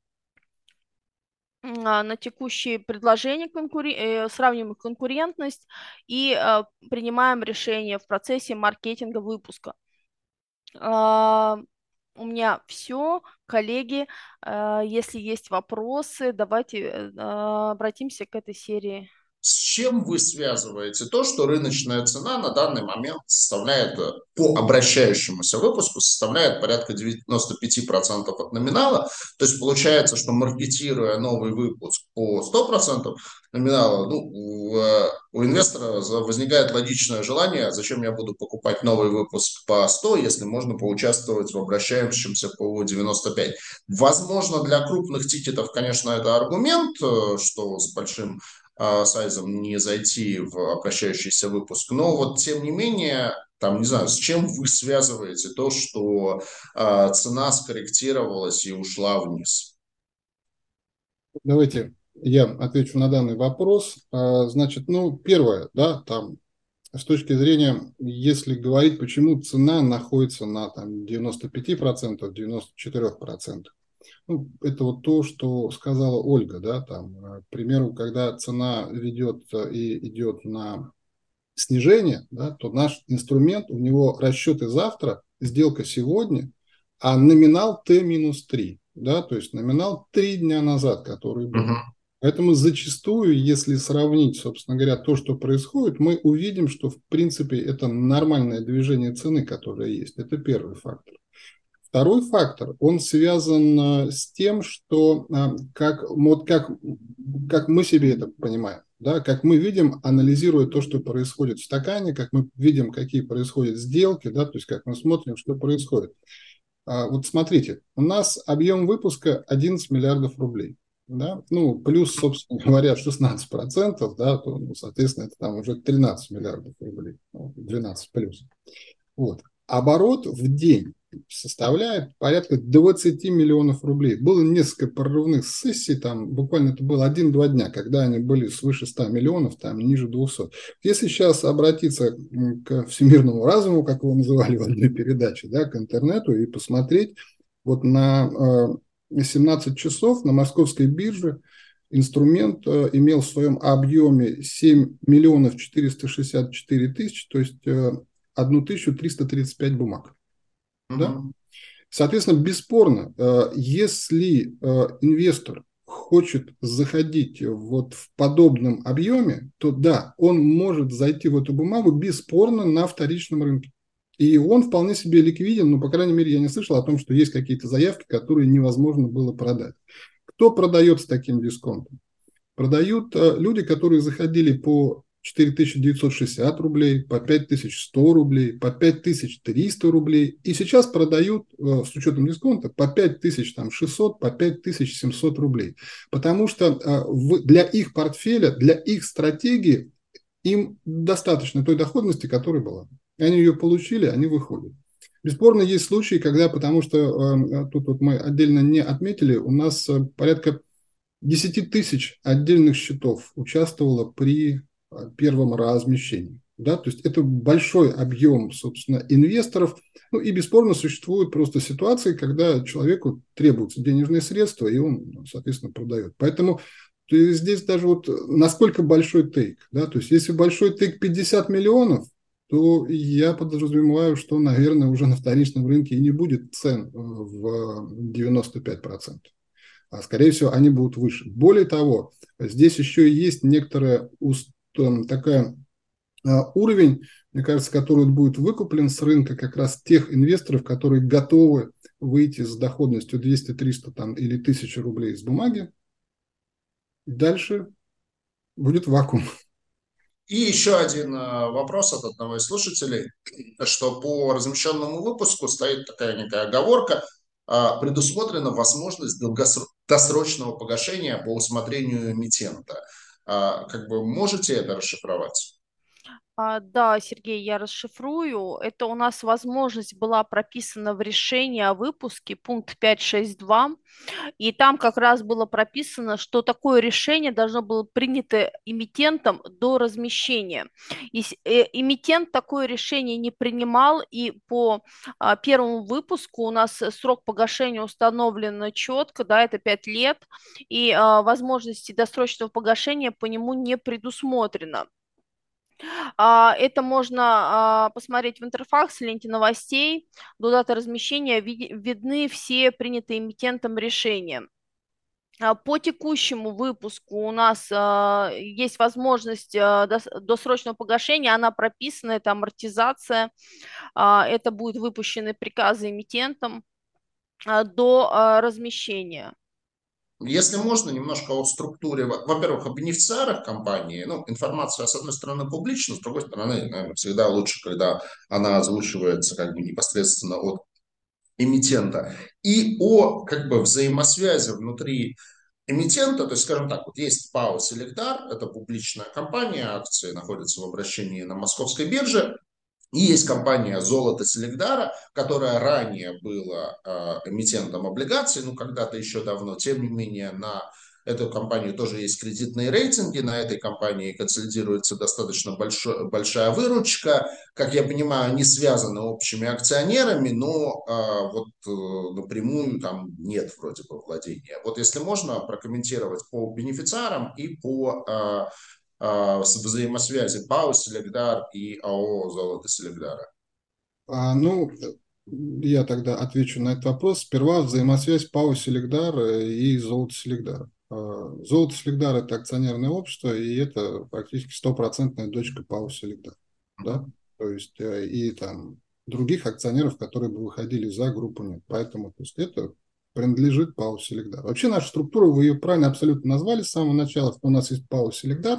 предложения, сравниваем их конкурентность и принимаем решение в процессе маркетинга выпуска. У меня все, коллеги. Если есть вопросы, давайте обратимся к этой серии. С чем вы связываете то, что рыночная цена на данный момент составляет, по обращающемуся выпуску, составляет порядка 95% от номинала? То есть получается, что маркетируя новый выпуск по 100% номинала, у инвестора возникает логичное желание, зачем я буду покупать новый выпуск по 100, если можно поучаствовать в обращающемся по 95. Возможно, для крупных тикетов, конечно, это аргумент, что с большим сайзом не зайти в обращающийся выпуск. Но вот тем не менее, там, не знаю, с чем вы связываете то, что цена скорректировалась и ушла вниз? Давайте я отвечу на данный вопрос. Значит, первое, да, там, с точки зрения, если говорить, почему цена находится на там, 95%, 94%. Это вот то, что сказала Ольга, да, там, к примеру, когда цена ведет и идет на снижение, да, то наш инструмент, у него расчеты завтра, сделка сегодня, а номинал Т-3, да, то есть номинал 3 дня назад, который был. Поэтому зачастую, если сравнить, собственно говоря, то, что происходит, мы увидим, что в принципе это нормальное движение цены, которое есть. Это первый фактор. Второй фактор, он связан с тем, что как мы себе это понимаем, да, как мы видим, анализируя то, что происходит в стакане, как мы видим, какие происходят сделки, да, то есть как мы смотрим, что происходит. Вот смотрите, у нас объем выпуска 11 миллиардов рублей. да, ну, плюс, собственно говоря, 16%, да, то, ну, соответственно, это там уже 13 миллиардов рублей, ну, 12 плюс. Вот. Оборот в день составляет порядка 20 миллионов рублей. Было несколько прорывных сессий, там буквально это было 1-2 дня, когда они были свыше 100 миллионов, там ниже 200. Если сейчас обратиться к всемирному разуму, как его называли в одной передаче, да, к интернету и посмотреть, вот на 17 часов на московской бирже инструмент имел в своем объеме 7 миллионов 464 тысячи, то есть 1335 бумаг. Да? Соответственно, бесспорно, если инвестор хочет заходить вот в подобном объеме, то да, он может зайти в эту бумагу бесспорно на вторичном рынке. И он вполне себе ликвиден, но, по крайней мере, я не слышал о том, что есть какие-то заявки, которые невозможно было продать. Кто продает с таким дисконтом? Продают люди, которые заходили по 4960 рублей, по 5100 рублей, по 5300 рублей. И сейчас продают с учетом дисконта по 5600, по 5700 рублей. Потому что для их портфеля, для их стратегии им достаточно той доходности, которая была. Они ее получили, они выходят. Бесспорно, есть случаи, когда, потому что тут вот мы отдельно не отметили, у нас порядка 10 тысяч отдельных счетов участвовало при первом размещении. Да? То есть это большой объем, собственно, инвесторов. Ну и бесспорно существуют просто ситуации, когда человеку требуются денежные средства, и он, соответственно, продает. Поэтому здесь даже вот насколько большой тейк. Да? То есть если большой тейк 50 миллионов, то я подразумеваю, что, наверное, уже на вторичном рынке и не будет цен в 95%. А скорее всего, они будут выше. Более того, здесь еще и есть некоторая такая уровень, мне кажется, который будет выкуплен с рынка как раз тех инвесторов, которые готовы выйти с доходностью 200-300 там, или 1000 рублей с бумаги. Дальше будет вакуум. И еще один вопрос от одного из слушателей, что по размещенному выпуску стоит такая некая оговорка, предусмотрена возможность досрочного погашения по усмотрению эмитента. Как бы можете это расшифровать? Да, Сергей, я расшифрую. Это у нас возможность была прописана в решении о выпуске, пункт 5.6.2. И там как раз было прописано, что такое решение должно было принято эмитентом до размещения. И эмитент такое решение не принимал, и по первому выпуску у нас срок погашения установлен четко, да, это 5 лет, и возможности досрочного погашения по нему не предусмотрено. Это можно посмотреть в Интерфакс, ленте новостей. До даты размещения видны все принятые эмитентом решения. По текущему выпуску у нас есть возможность досрочного погашения, она прописана, это амортизация, это будут выпущены приказы эмитентом до размещения. Если можно, немножко о структуре, во-первых, о бенефициарах компании. Ну, информация, с одной стороны, публична, с другой стороны, наверное, всегда лучше, когда она озвучивается как бы непосредственно от эмитента. И о как бы взаимосвязи внутри эмитента, то есть, скажем так, вот есть ПАО «Селекдар», это публичная компания, акции находятся в обращении на московской бирже, и есть компания «Золото Селегдара», которая ранее была эмитентом облигаций, ну, когда-то еще давно. Тем не менее, на эту компанию тоже есть кредитные рейтинги. На этой компании консолидируется достаточно большая выручка. Как я понимаю, они связаны общими акционерами, но вот напрямую там нет вроде бы владения. Вот если можно прокомментировать по бенефициарам и по взаимосвязи ПАО «Селегдар» и АО «Золото Селегдара». Ну, я тогда отвечу на этот вопрос. Сперва взаимосвязь ПАО «Селегдар» и «Золото Селегдар». «Золото Селегдар» – это акционерное общество, и это практически стопроцентная дочка ПАО «Селегдар». Да? То есть и там других акционеров, которые бы выходили за группу, нет. Поэтому то есть, это принадлежит ПАО «Селегдар». Вообще наша структура, вы ее правильно абсолютно назвали с самого начала, что у нас есть ПАО «Селегдар»,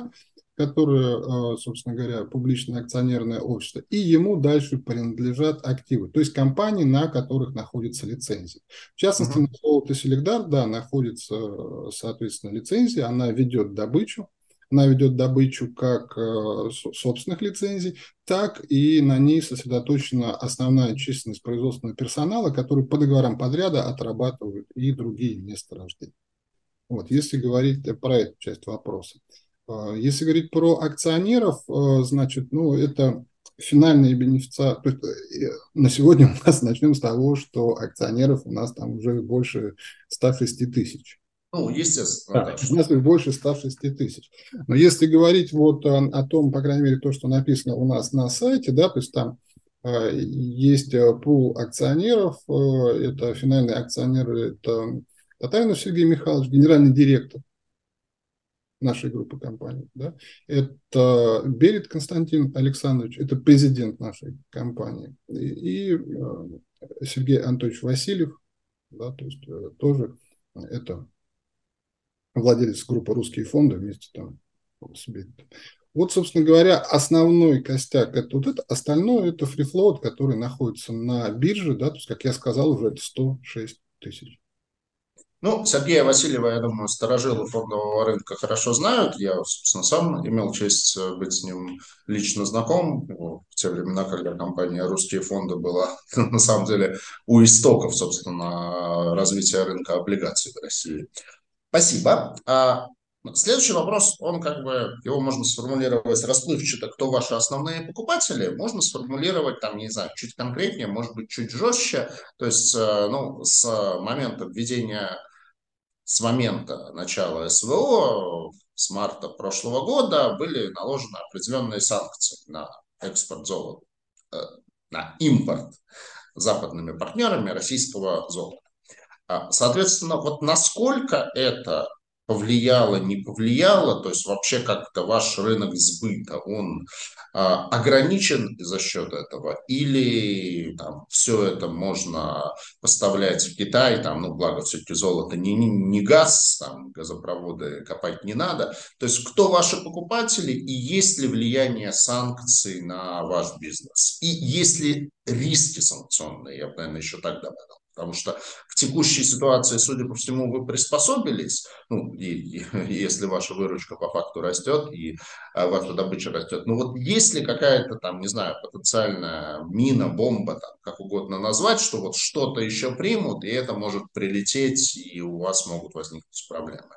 которое, собственно говоря, публичное акционерное общество, и ему дальше принадлежат активы, то есть компании, на которых находится лицензия. В частности, на золото Селегдар, да, находится, соответственно, лицензия, она ведет добычу. Она ведет добычу как собственных лицензий, так и на ней сосредоточена основная численность производственного персонала, который по договорам подряда отрабатывают и другие месторождения. Вот, если говорить про эту часть вопроса. Если говорить про акционеров, значит, ну, это финальные бенефициары. То есть, на сегодня у нас начнем с того, что акционеров у нас там уже больше 106 тысяч. Ну, естественно, да. У нас их больше 106 тысяч. Но если говорить вот о том, по крайней мере, то, что написано у нас на сайте, да, то есть там есть пул акционеров, это финальные акционеры, это Татаринов Сергей Михайлович, генеральный директор нашей группы компаний, да, это Берет Константин Александрович, это президент нашей компании, и Сергей Анатольевич Васильев, да, то есть тоже это владелец группы «Русские фонды» вместе там с Беретом. Вот, собственно говоря, основной костяк – это вот это, остальное – это фрифлоут, который находится на бирже, да, то есть, как я сказал, уже это 106 тысяч. Ну, Сергея Васильева, я думаю, старожилы фондового рынка хорошо знают. Я, собственно, сам имел честь быть с ним лично знаком в те времена, когда компания «Русские фонды» была, на самом деле, у истоков, собственно, развития рынка облигаций в России. Спасибо. Следующий вопрос, он как бы, его можно сформулировать расплывчато, кто ваши основные покупатели, можно сформулировать там, не знаю, чуть конкретнее, может быть, чуть жестче, то есть, ну, с момента начала СВО, с марта прошлого года, были наложены определенные санкции на экспорт золота, на импорт западными партнерами российского золота. Соответственно, вот насколько это повлияло, не повлияло, то есть вообще как-то ваш рынок сбыта, он ограничен за счет этого, или там все это можно поставлять в Китай, там, ну, благо все-таки золото не газ, там, газопроводы копать не надо. То есть кто ваши покупатели и есть ли влияние санкций на ваш бизнес? И есть ли риски санкционные, я бы, наверное, еще так добавил. Потому что к текущей ситуации, судя по всему, вы приспособились, ну, и если ваша выручка по факту растет, и ваша добыча растет. Ну вот есть ли какая-то там, не знаю, потенциальная мина, бомба, там, как угодно назвать, что вот что-то еще примут, и это может прилететь, и у вас могут возникнуть проблемы?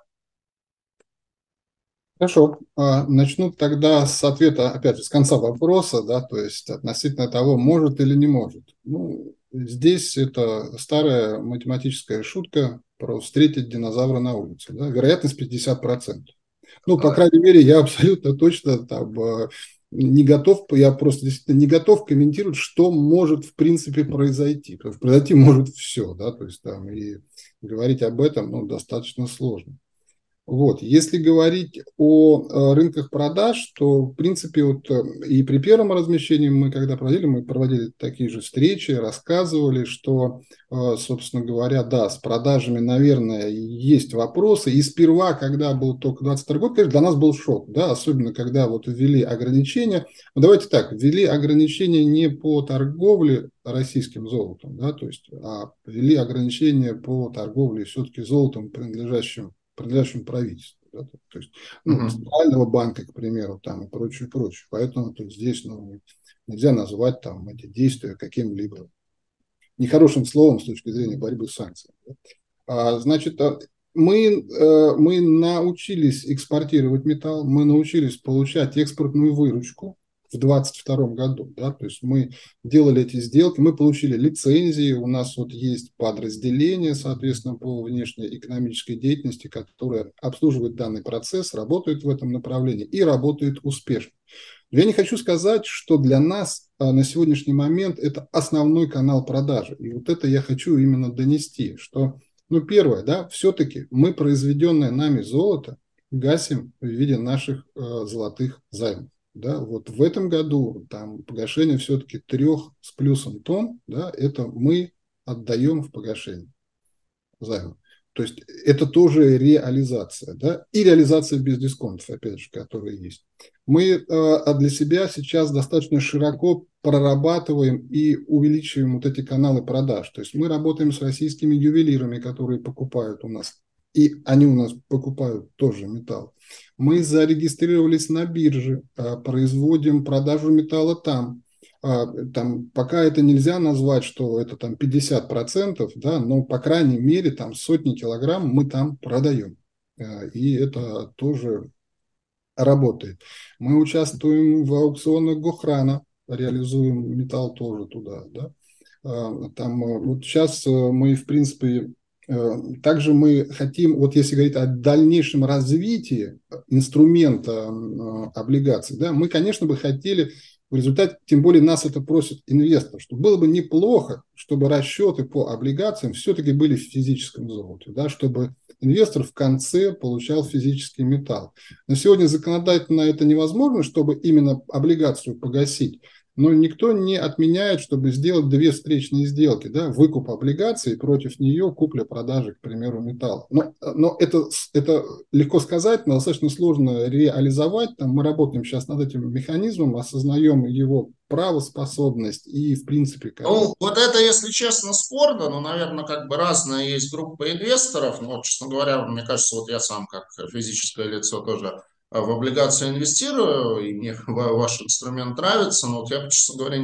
Хорошо. Начну тогда с ответа, опять же, с конца вопроса, да, то есть относительно того, может или не может. Ну, здесь это старая математическая шутка про встретить динозавра на улице. Да? Вероятность 50%. Ну, по крайней мере, я абсолютно точно там не готов, я просто действительно не готов комментировать, что может в принципе произойти. Потому что произойти может все, да, то есть там и говорить об этом, ну, достаточно сложно. Вот. Если говорить о рынках продаж, то, в принципе, вот и при первом размещении мы проводили такие же встречи, рассказывали, что, собственно говоря, да, с продажами, наверное, есть вопросы. И сперва, когда был только 22 год, конечно, для нас был шок, да, особенно когда вот ввели ограничения. Ну, давайте так, ввели ограничения не по торговле российским золотом, да, то есть, а ввели ограничения по торговле все-таки золотом, принадлежащим правительству, да, то есть, ну, Центрального банка, к примеру, там и прочее, прочее. Поэтому то есть, здесь нельзя назвать там эти действия каким-либо нехорошим словом с точки зрения борьбы с санкциями. Да. Значит, мы научились экспортировать металл, мы научились получать экспортную выручку в 2022 году. Да, то есть мы делали эти сделки, мы получили лицензии, у нас вот есть подразделение, соответственно, по внешней экономической деятельности, которое обслуживает данный процесс, работает в этом направлении и работает успешно. Я не хочу сказать, что для нас на сегодняшний момент это основной канал продажи. И вот это я хочу именно донести, что, ну, первое, да, все-таки мы произведенное нами золото гасим в виде наших золотых займов. Да, вот в этом году там погашение все-таки 3 с плюсом тонн, да, это мы отдаем в погашение займа. То есть это тоже реализация, да, и реализация без дисконтов, опять же, которые есть. Мы для себя сейчас достаточно широко прорабатываем и увеличиваем вот эти каналы продаж. То есть мы работаем с российскими ювелирами, которые покупают у нас, и они у нас покупают тоже металл. Мы зарегистрировались на бирже, производим продажу металла там. Там, пока это нельзя назвать, что это там 50%, да, но по крайней мере там сотни килограмм мы там продаем. И это тоже работает. Мы участвуем в аукционах Гохрана, реализуем металл тоже туда. Да. Там вот сейчас мы, в принципе, также мы хотим, вот если говорить о дальнейшем развитии инструмента облигаций, да, мы, конечно, бы хотели в результате, тем более нас это просит инвестор, что было бы неплохо, чтобы расчеты по облигациям все-таки были в физическом золоте, да, чтобы инвестор в конце получал физический металл. На сегодня законодательно это невозможно, чтобы именно облигацию погасить, но никто не отменяет, чтобы сделать две встречные сделки, да, выкуп облигаций, против нее купля-продажи, к примеру, металла. Но это легко сказать, но достаточно сложно реализовать. Там мы работаем сейчас над этим механизмом, осознаем его правоспособность и, в принципе... Ну, вот это, если честно, спорно, но, наверное, как бы разные есть группы инвесторов. Ну, вот, честно говоря, мне кажется, вот я сам как физическое лицо тоже в облигации инвестирую, и мне ваш инструмент нравится, но вот я, честно говоря,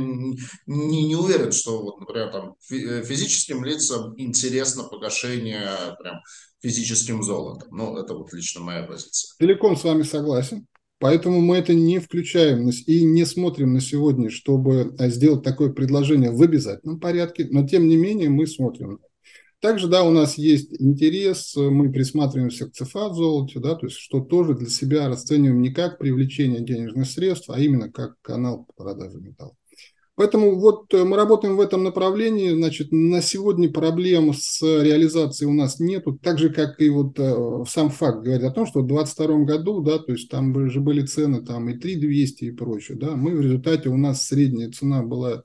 не уверен, что, вот, например, там, физическим лицам интересно погашение прям физическим золотом. Ну, это вот лично моя позиция. Целиком с вами согласен. Поэтому мы это не включаем и не смотрим на сегодня, чтобы сделать такое предложение в обязательном порядке, но тем не менее мы смотрим. Также, да, у нас есть интерес, мы присматриваемся к ЦФА в золоте, да, то есть что тоже для себя расцениваем не как привлечение денежных средств, а именно как канал продажи металла. Поэтому вот мы работаем в этом направлении. Значит, на сегодня проблем с реализацией у нас нету. Так же, как и вот сам факт говорит о том, что в 2022 году, да, то есть там же были цены там и 3200 и прочее, да, мы в результате у нас средняя цена была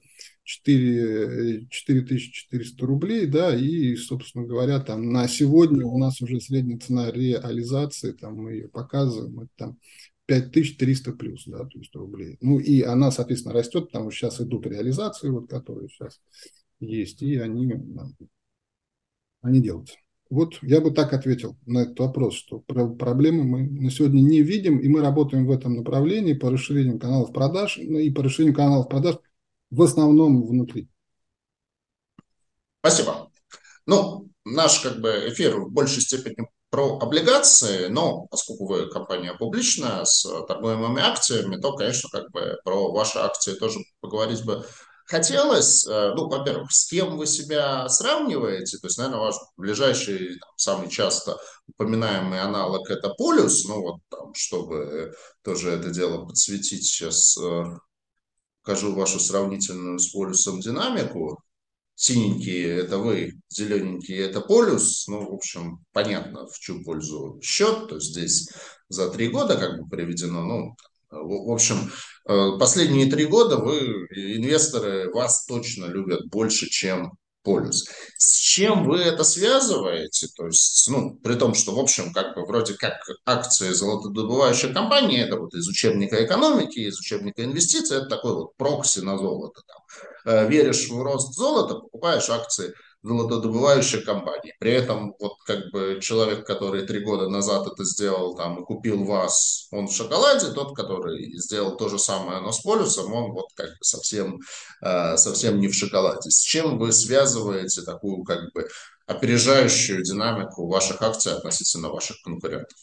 4400 рублей, да, и, собственно говоря, там на сегодня у нас уже средняя цена реализации, там мы ее показываем, это там 5300 плюс, да, то есть рублей. Ну и она, соответственно, растет, потому что сейчас идут реализации, вот, которые сейчас есть, и они делаются. Вот я бы так ответил на этот вопрос, что проблемы мы на сегодня не видим, и мы работаем в этом направлении по расширению каналов продаж, и по расширению каналов продаж в основном внутри. Спасибо. Ну, наш как бы эфир в большей степени про облигации, но поскольку вы компания публичная с торгуемыми акциями, то, конечно, как бы про ваши акции тоже поговорить бы хотелось. Ну, во-первых, с кем вы себя сравниваете? То есть, наверное, ваш ближайший, там, самый часто упоминаемый аналог – это полюс. Ну, вот там, чтобы тоже это дело подсветить, сейчас покажу вашу сравнительную с полюсом динамику. Синенькие – это вы, зелененькие – это полюс. Ну, в общем, понятно, в чью пользу счет. То есть здесь за 3 года как бы приведено. Ну, в общем, последние 3 года вы, инвесторы, вас точно любят больше, чем полюс. С чем вы это связываете? То есть, ну, при том, что, в общем, как бы вроде как акции золотодобывающей компании, это вот из учебника экономики, из учебника инвестиций, это такой вот прокси на золото. Там. Веришь в рост золота, покупаешь акции золотодобывающей компании. При этом вот как бы человек, который 3 года назад это сделал там и купил вас, он в шоколаде, тот, который сделал то же самое, но с полюсом, он вот как бы совсем не в шоколаде. С чем вы связываете такую как бы опережающую динамику ваших акций относительно ваших конкурентов?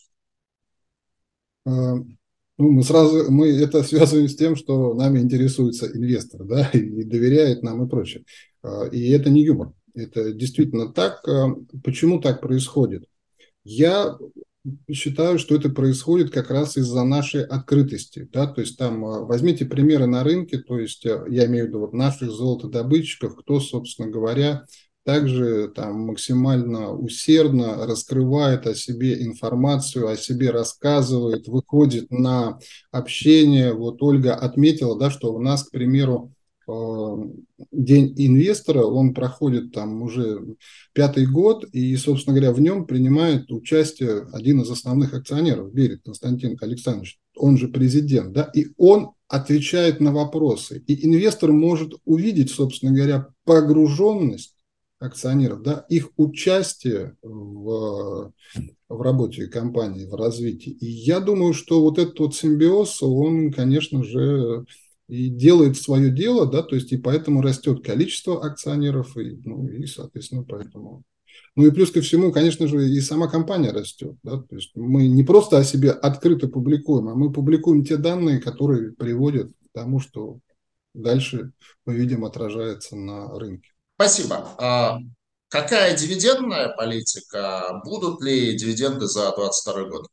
Ну, мы это связываем с тем, что нами интересуется инвестор, да, и доверяет нам и прочее. И это не юмор. Это действительно так. Почему так происходит? Я считаю, что это происходит как раз из-за нашей открытости. Да? То есть там возьмите примеры на рынке, то есть я имею в виду вот наших золотодобытчиков, кто, собственно говоря, также там максимально усердно раскрывает о себе информацию, о себе рассказывает, выходит на общение. Вот Ольга отметила, да, что у нас, к примеру, День инвестора, он проходит там уже 5-й год, и, собственно говоря, в нем принимает участие один из основных акционеров, Берет Константин Александрович, он же президент, да, и он отвечает на вопросы. И инвестор может увидеть, собственно говоря, погруженность акционеров, да, их участие в работе компании, в развитии. И я думаю, что вот этот вот симбиоз, он, конечно же, и делает свое дело, да, то есть и поэтому растет количество акционеров, и, ну, и соответственно, поэтому... Ну и плюс ко всему, конечно же, и сама компания растет, да, то есть мы не просто о себе открыто публикуем, а мы публикуем те данные, которые приводят к тому, что дальше, мы видим, отражается на рынке. Спасибо. Какая дивидендная политика? Будут ли дивиденды за 2022 год?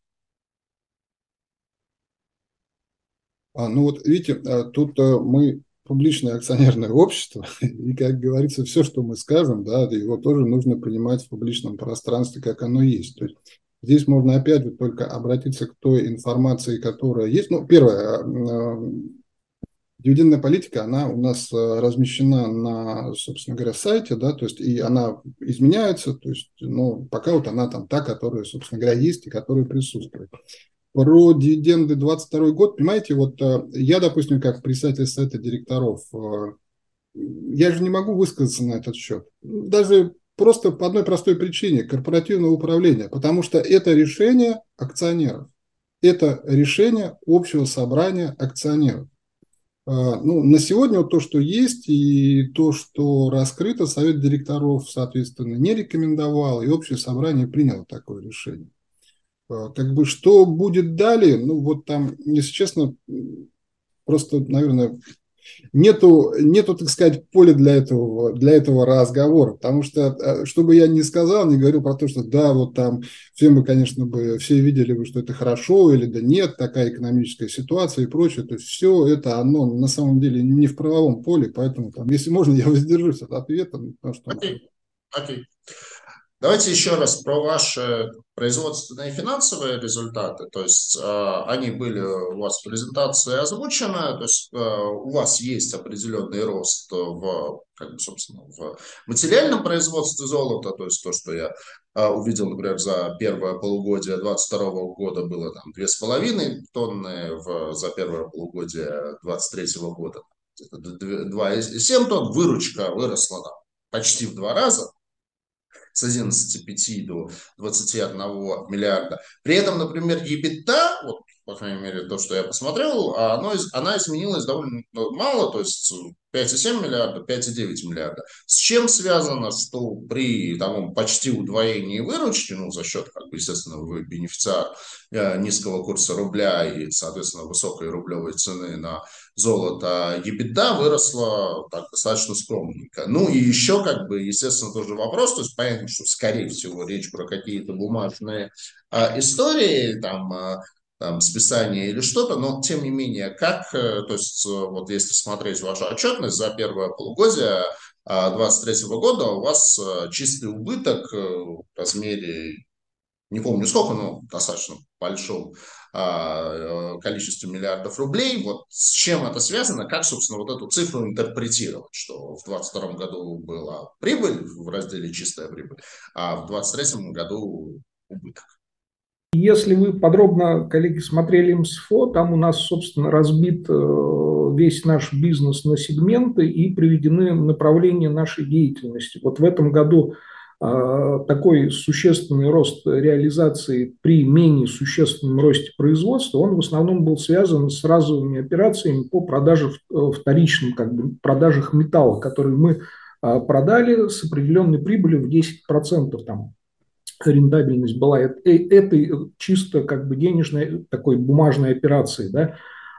Ну вот видите, тут мы публичное акционерное общество, и, как говорится, все, что мы скажем, да, его тоже нужно принимать в публичном пространстве, как оно есть. То есть здесь можно опять же только обратиться к той информации, которая есть. Ну, первое, дивидендная политика, она у нас размещена на, собственно говоря, сайте, да, то есть и она изменяется, то есть, но пока вот она там та, которая, собственно говоря, есть и которая присутствует. Про дивиденды 22 год, понимаете, вот я, допустим, как председатель совета директоров, я же не могу высказаться на этот счет. Даже просто по одной простой причине – корпоративное управление, потому что это решение акционеров, это решение общего собрания акционеров. Ну, на сегодня вот то, что есть, и то, что раскрыто, совет директоров, соответственно, не рекомендовал, и общее собрание приняло такое решение. Как бы что будет далее, ну вот там, если честно, просто, наверное, нету, так сказать, поля для этого разговора, потому что, что бы я ни сказал, не говорил про то, что да, вот там все мы, конечно, все видели бы, что это хорошо или да нет, такая экономическая ситуация и прочее, то есть все это, оно на самом деле не в правовом поле, поэтому, там, если можно, я воздержусь от ответа, потому что... Окей. Давайте еще раз про ваши производственные и финансовые результаты. То есть они были у вас в презентации озвучены, то есть у вас есть определенный рост собственно, в материальном производстве золота, то есть то, что я увидел, например, за первое полугодие 2022 года было там 2,5 тонны, за первое полугодие 2023 года 2,7 тонн, выручка выросла там почти в 2 раза, с 11,5 до 21 миллиарда. При этом, например, EBITDA, вот, по крайней мере, то, что я посмотрел, она изменилась довольно мало, то есть 5,7 миллиарда, 5,9 миллиарда. С чем связано, что при таком почти удвоении выручки, ну, за счет, как бы, естественно, вы бенефициар низкого курса рубля и, соответственно, высокой рублевой цены на золото, EBITDA выросла так достаточно скромненько. Ну и еще, как бы, естественно, тоже вопрос, то есть понятно, что, скорее всего, речь про какие-то бумажные истории, там, списания или что-то, но, тем не менее, то есть, вот если смотреть вашу отчетность за первое полугодие 2023 года, у вас чистый убыток в размере, не помню сколько, но достаточно большом количестве миллиардов рублей. Вот с чем это связано, как, собственно, вот эту цифру интерпретировать, что в 2022 году была прибыль в разделе чистая прибыль, а в 2023 году убыток. Если вы подробно, коллеги, смотрели МСФО, там у нас, собственно, разбит весь наш бизнес на сегменты и приведены направления нашей деятельности. Вот в этом году такой существенный рост реализации при менее существенном росте производства, он в основном был связан с разовыми операциями по продаже вторичным, как бы, продажах металла, которые мы продали с определенной прибылью в 10%. Там рентабельность была. Это чисто как бы денежной такой бумажной операции, да.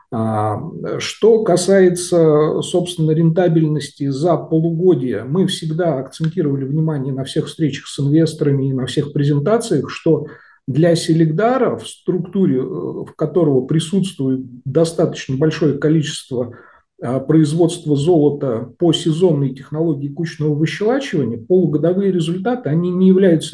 Что касается, собственно, рентабельности за полугодие, мы всегда акцентировали внимание на всех встречах с инвесторами и на всех презентациях, что для Селигдара, в структуре, в которого присутствует достаточно большое количество производства золота по сезонной технологии кучного выщелачивания, полугодовые результаты, они не являются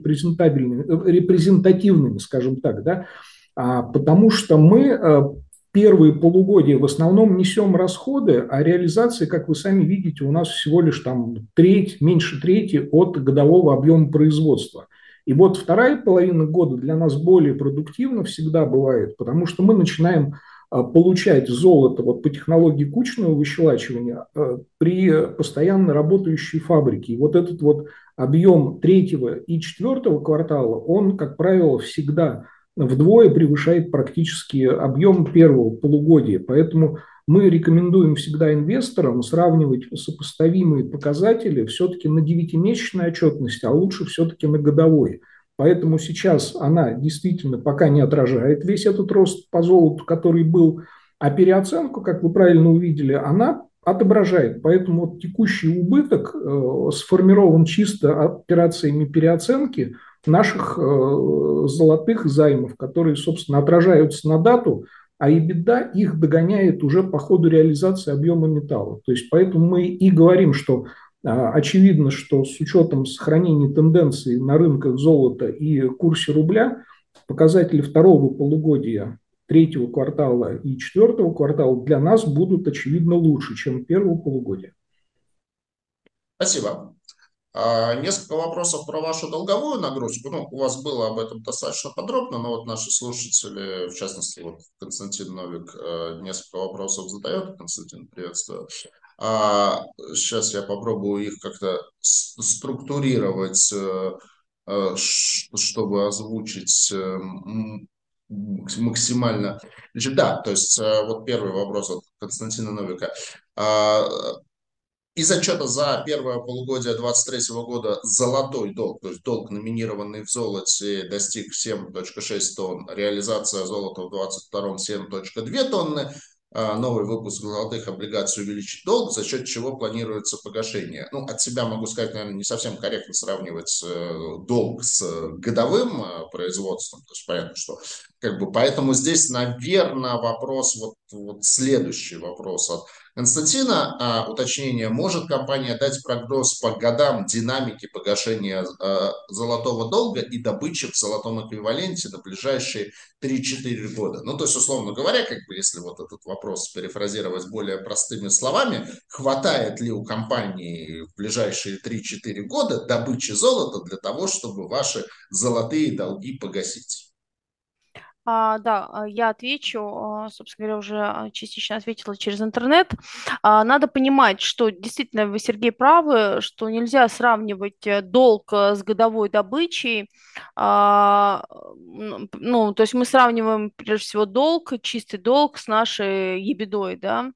репрезентативными, скажем так, да, потому что мы первые полугодия в основном несем расходы, а реализация, как вы сами видите, у нас всего лишь там треть, меньше трети от годового объема производства. И вот вторая половина года для нас более продуктивна всегда бывает, потому что мы начинаем получать золото вот по технологии кучного выщелачивания при постоянно работающей фабрике. И вот этот вот объем третьего и четвертого квартала, он, как правило, всегда вдвое превышает практически объем первого полугодия. Поэтому мы рекомендуем всегда инвесторам сравнивать сопоставимые показатели все-таки на девятимесячной отчетности, а лучше все-таки на годовой. Поэтому сейчас она действительно пока не отражает весь этот рост по золоту, который был, а переоценку, как вы правильно увидели, она отображает. Поэтому вот текущий убыток сформирован чисто операциями переоценки наших золотых займов, которые, собственно, отражаются на дату, а EBITDA их догоняет уже по ходу реализации объема металла. То есть поэтому мы и говорим, что очевидно, что с учетом сохранения тенденций на рынках золота и курсе рубля показатели второго полугодия, третьего квартала и четвертого квартала для нас будут очевидно лучше, чем первого полугодия. Спасибо. Несколько вопросов про вашу долговую нагрузку. Ну, у вас было об этом достаточно подробно, но вот наши слушатели, в частности, вот Константин Новик несколько вопросов задает. Константин, приветствую. Сейчас я попробую их как-то структурировать, чтобы озвучить максимально. Значит, да, то есть вот первый вопрос от Константина Новика. Из отчета за первое полугодие 2023 года золотой долг, то есть долг, номинированный в золоте, достиг 7,6 тонн, реализация золота в 2022 7,2 тонны, новый выпуск золотых облигаций увеличит долг, за счет чего планируется погашение. Ну, от себя могу сказать, наверное, не совсем корректно сравнивать долг с годовым производством, то есть понятно, что как бы поэтому здесь, наверное, вопрос, вот следующий вопрос от Константина, уточнение, может компания дать прогноз по годам динамики погашения золотого долга и добычи в золотом эквиваленте на ближайшие 3-4 года? Ну, то есть, условно говоря, как бы, если вот этот вопрос перефразировать более простыми словами, хватает ли у компании в ближайшие 3-4 года добычи золота для того, чтобы ваши золотые долги погасить? Да, я отвечу, собственно говоря, уже частично ответила через интернет. Надо понимать, что действительно вы, Сергей, правы, что нельзя сравнивать долг с годовой добычей. Ну, то есть мы сравниваем, прежде всего, долг, чистый долг с нашей ебедой, да.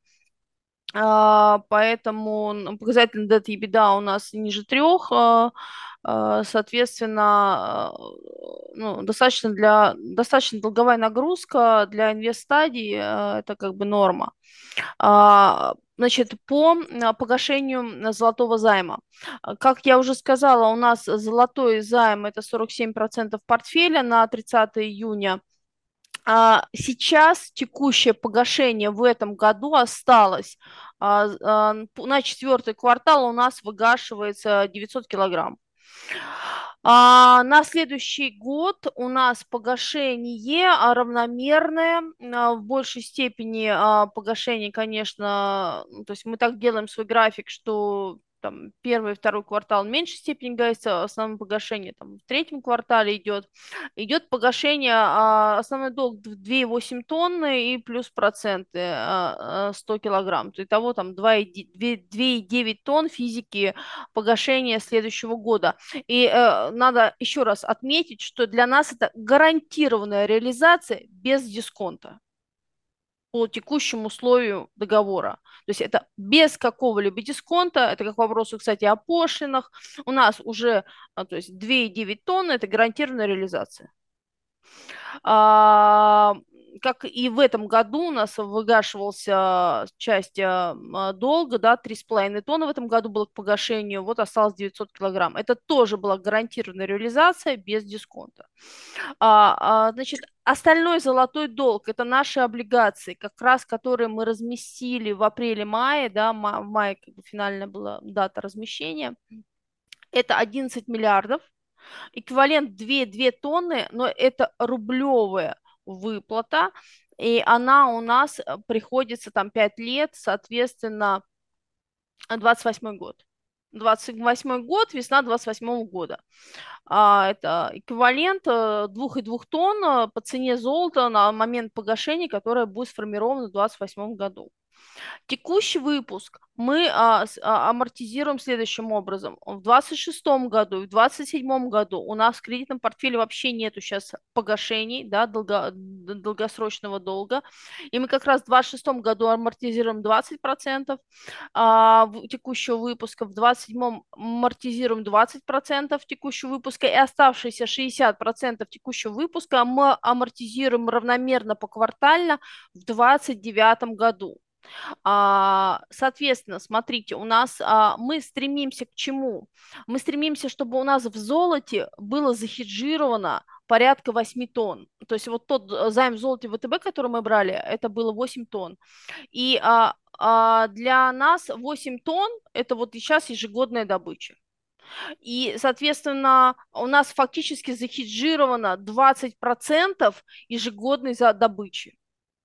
Поэтому показатель debt EBITDA у нас ниже 3, соответственно, ну, достаточно долговая нагрузка для инвест-стадии, это как бы норма. Значит, по погашению золотого займа. Как я уже сказала, у нас золотой займ – это 47% портфеля на 30 июня. Сейчас текущее погашение в этом году осталось. На четвертый квартал у нас выгашивается 900 килограмм. На следующий год у нас погашение равномерное, в большей степени погашение, конечно, то есть мы так делаем свой график, что там первый и второй квартал в меньшей степени гасится, основное погашение там в третьем квартале идет погашение, основной долг 2,8 тонны и плюс проценты 100 килограмм, то итого там 2,9 тонн физики погашения следующего года. И надо еще раз отметить, что для нас это гарантированная реализация без дисконта по текущему условию договора. То есть это без какого-либо дисконта, это как к вопросу, кстати, о пошлинах. У нас уже, то есть 2,9 тонны, это гарантированная реализация. Как и в этом году у нас выгашивался часть долга, да, 3,5 тонны в этом году было к погашению, вот осталось 900 килограмм. Это тоже была гарантированная реализация без дисконта. Значит, остальной золотой долг – это наши облигации, как раз которые мы разместили в апреле-мае, да, в мае как бы финальная была дата размещения. Это 11 миллиардов, эквивалент 2 тонны, но это рублевая выплата. и она у нас приходится там 5 лет, соответственно, 28 год. 28 год, весна 28 года. Это эквивалент 2,2 тонн по цене золота на момент погашения, которое будет сформировано в 28 году. Текущий выпуск мы амортизируем следующим образом. В 2026 году и в 2027 году у нас в кредитном портфеле вообще нету сейчас погашений, да, долгосрочного долга. И мы как раз в 2026 году амортизируем 20% текущего выпуска, в 2027 амортизируем 20% текущего выпуска, и оставшиеся 60% текущего выпуска мы амортизируем равномерно поквартально в 2029 году. Соответственно, смотрите, у нас мы стремимся к чему? Мы стремимся, чтобы у нас в золоте было захеджировано порядка 8 тонн. То есть вот тот займ в золоте ВТБ, который мы брали, это было 8 тонн. И для нас 8 тонн – это вот сейчас ежегодная добыча. И, соответственно, у нас фактически захеджировано 20% ежегодной добычи.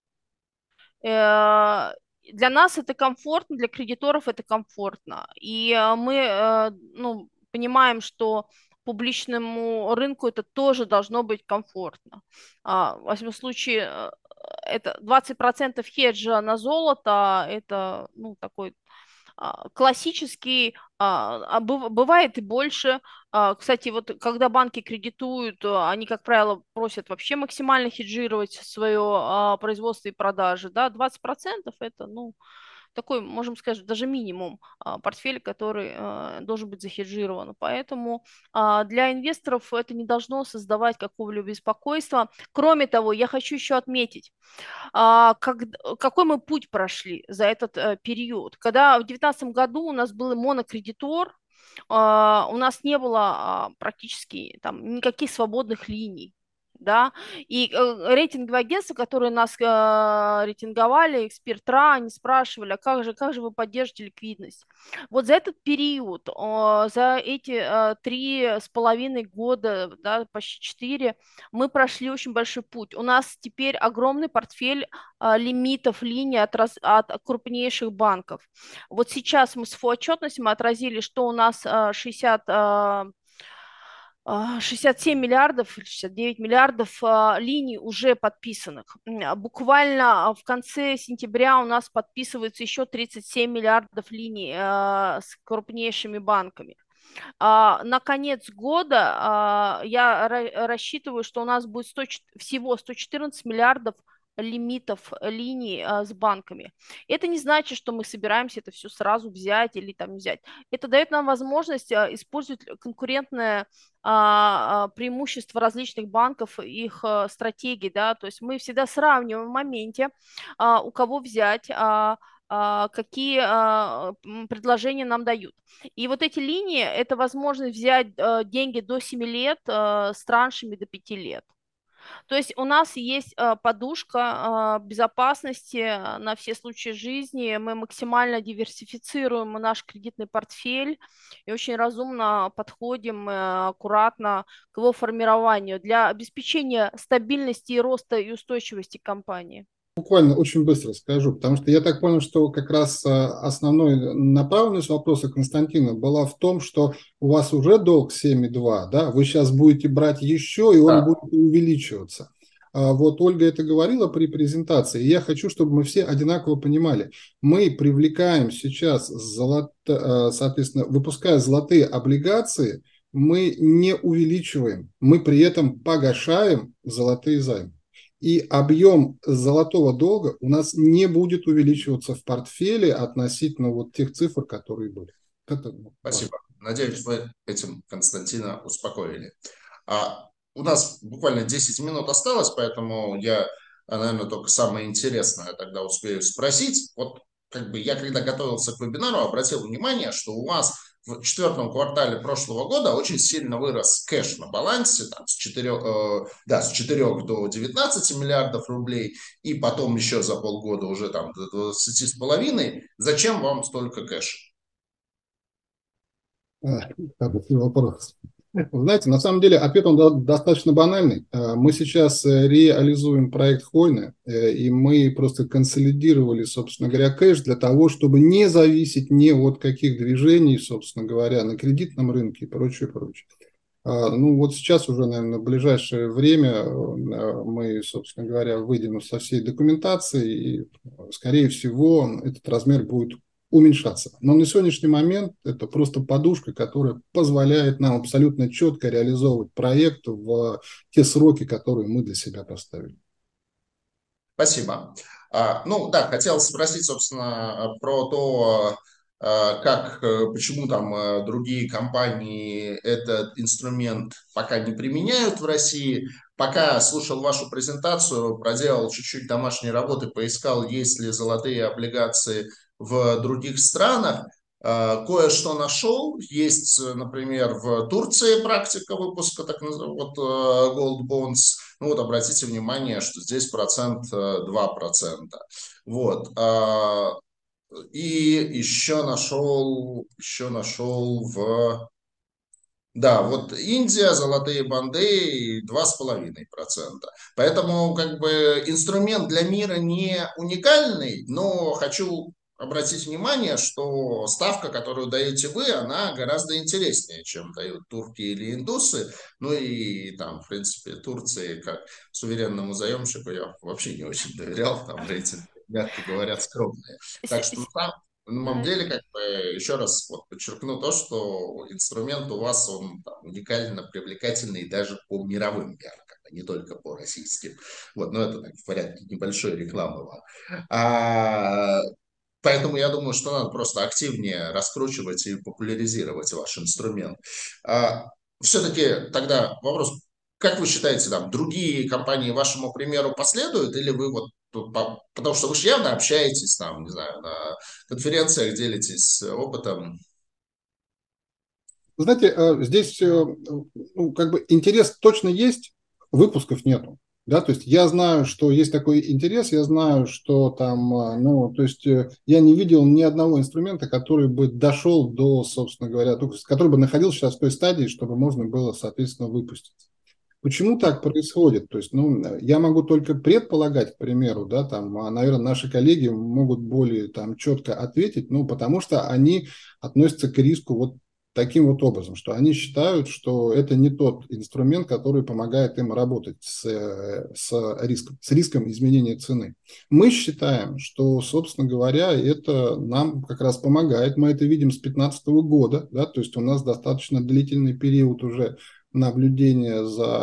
Для нас это комфортно, для кредиторов это комфортно. И мы понимаем, что публичному рынку это тоже должно быть комфортно. В вашем случае это 20% хеджа на золото, это такой классический, бывает и больше. Кстати, вот когда банки кредитуют, они, как правило, просят вообще максимально хеджировать свое производство и продажи. Да? 20% это, такой, можем сказать, даже минимум портфеля, который должен быть захеджирован. Поэтому для инвесторов это не должно создавать какого-либо беспокойства. Кроме того, я хочу еще отметить, какой мы путь прошли за этот период. Когда в 2019 году у нас был монокредитор, у нас не было практически там никаких свободных линий. Да, и рейтинговые агентства, которые нас рейтинговали, экспертра, они спрашивали, а как же вы поддержите ликвидность? Вот за этот период, за эти 3,5 года, да, почти 4, мы прошли очень большой путь. У нас теперь огромный портфель лимитов линий от крупнейших банков. Вот сейчас мы с отчетностью мы отразили, что у нас 67 миллиардов или 69 миллиардов линий уже подписанных. Буквально в конце сентября у нас подписывается еще 37 миллиардов линий с крупнейшими банками. На конец года я рассчитываю, что у нас будет всего 114 миллиардов лимитов линий с банками. Это не значит, что мы собираемся это все сразу взять или там не взять. Это дает нам возможность использовать конкурентное преимущество различных банков, их стратегий, да, то есть мы всегда сравниваем в моменте, у кого взять, какие предложения нам дают. И вот эти линии – это возможность взять деньги до 7 лет с траншами до 5 лет. То есть у нас есть подушка безопасности на все случаи жизни. Мы максимально диверсифицируем наш кредитный портфель и очень разумно подходим аккуратно к его формированию для обеспечения стабильности и роста и устойчивости компании. Буквально очень быстро скажу, потому что я так понял, что как раз основной направленность вопроса Константина была в том, что у вас уже долг 7,2, да, вы сейчас будете брать еще, и он будет увеличиваться. Вот Ольга это говорила при презентации, и я хочу, чтобы мы все одинаково понимали. Мы привлекаем сейчас, соответственно, выпуская золотые облигации, мы не увеличиваем, мы при этом погашаем золотые займы. И объем золотого долга у нас не будет увеличиваться в портфеле относительно вот тех цифр, которые были. Спасибо. Надеюсь, вы этим Константина успокоили. У нас буквально 10 минут осталось, поэтому я, наверное, только самое интересное тогда успею спросить. Вот я когда готовился к вебинару, обратил внимание, что у вас в четвертом квартале прошлого года очень сильно вырос кэш на балансе, там, с 4 до 19 миллиардов рублей, и потом еще за полгода уже там до 20,5. Зачем вам столько кэша? Хороший вопрос. Вы знаете, на самом деле ответ он достаточно банальный. Мы сейчас реализуем проект Хойны, и мы просто консолидировали, собственно говоря, кэш для того, чтобы не зависеть ни от каких движений, собственно говоря, на кредитном рынке и прочее, прочее. Ну вот сейчас уже, наверное, в ближайшее время мы, собственно говоря, выйдем со всей документацией, и, скорее всего, этот размер будет уменьшаться. Но на сегодняшний момент это просто подушка, которая позволяет нам абсолютно четко реализовывать проект в те сроки, которые мы для себя поставили. Спасибо. Ну да, хотел спросить, собственно, про то, почему там другие компании этот инструмент пока не применяют в России. Пока слушал вашу презентацию, проделал чуть-чуть домашней работы, поискал, есть ли золотые облигации в других странах. Кое-что нашел. Есть, например, в Турции практика выпуска так называемых Gold Bonds. Ну вот обратите внимание, что здесь процент 2%. Вот. И еще нашел в... Да, вот Индия, золотые банды 2,5%. Поэтому как бы инструмент для мира не уникальный, но хочу обратить внимание, что ставка, которую даете вы, она гораздо интереснее, чем дают турки или индусы. Ну и там, в принципе, Турции как суверенному заемщику я вообще не очень доверял, там рейтинг, мягко говоря, скромные. Так что на самом Э, деле, как бы, еще раз вот подчеркну то, что инструмент у вас, он там, уникально привлекательный даже по мировым меркам, а не только по российским. Вот, но это так, в порядке небольшой рекламы вам. А, Поэтому я думаю, что надо просто активнее раскручивать и популяризировать ваш инструмент. Все-таки тогда вопрос, как вы считаете, там, другие компании вашему примеру последуют, или вы вот тут, потому что вы же явно общаетесь там, не знаю, на конференциях, делитесь опытом. Вы знаете, здесь ну, как бы интерес точно есть, выпусков нету. Да, то есть я знаю, что есть такой интерес, я знаю, что там, ну, то есть я не видел ни одного инструмента, который бы дошел до, собственно говоря, который бы находился сейчас в той стадии, чтобы можно было, соответственно, выпустить. Почему так происходит? То есть, ну, я могу только предполагать, к примеру, да, там, наверное, наши коллеги могут более там четко ответить, ну, потому что они относятся к риску вот таким вот образом, что они считают, что это не тот инструмент, который помогает им работать с риском изменения цены. Мы считаем, что, собственно говоря, это нам как раз помогает. Мы это видим с 2015 года, да, то есть у нас достаточно длительный период уже наблюдение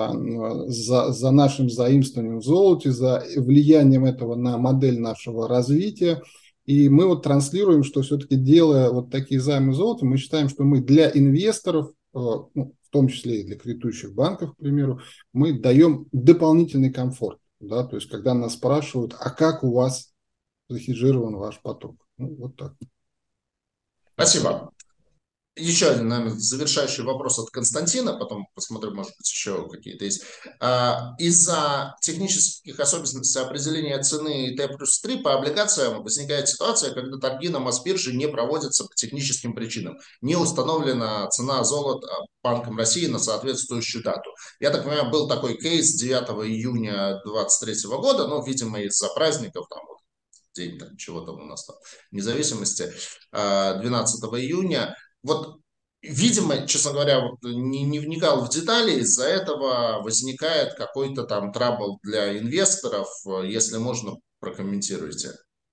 за нашим заимствованием в золоте, за влиянием этого на модель нашего развития. И мы вот транслируем, что все-таки делая вот такие займы золота, мы считаем, что мы для инвесторов, ну, в том числе и для кредитующих банков, к примеру, мы даем дополнительный комфорт. Да? То есть, когда нас спрашивают, а как у вас захеджирован ваш поток? Ну, вот так. Спасибо. Еще один, наверное, завершающий вопрос от Константина, потом посмотрим, может быть, еще какие-то есть. Из-за технических особенностей определения цены Т плюс 3 по облигациям возникает ситуация, когда торги на Мосбирже не проводятся по техническим причинам. Не установлена цена золота Банком России на соответствующую дату. Я так понимаю, был такой кейс 9 июня 2023 года, но, видимо, из-за праздников, там, вот, день там, чего там у нас там, независимости, 12 июня, вот, видимо, честно говоря, вот не вникал в детали, из-за этого возникает какой-то там трабл для инвесторов. Если можно, прокомментируйте.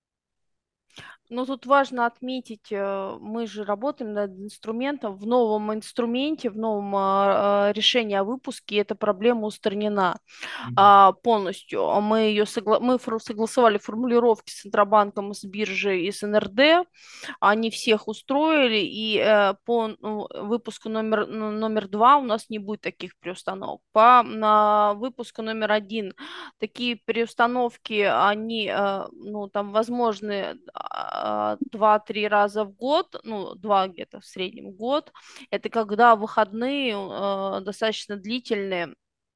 Но тут важно отметить, мы же работаем над инструментом, в новом инструменте, в новом решении о выпуске эта проблема устранена полностью. Мы согласовали формулировки с Центробанком, с биржей и с НРД, они всех устроили, и по выпуску номер 2 у нас не будет таких переустановок. На выпуску номер 1 такие переустановки, они, ну, там возможны 2-3 раза в год, ну, 2 где-то в среднем год. Это когда выходные достаточно длительные,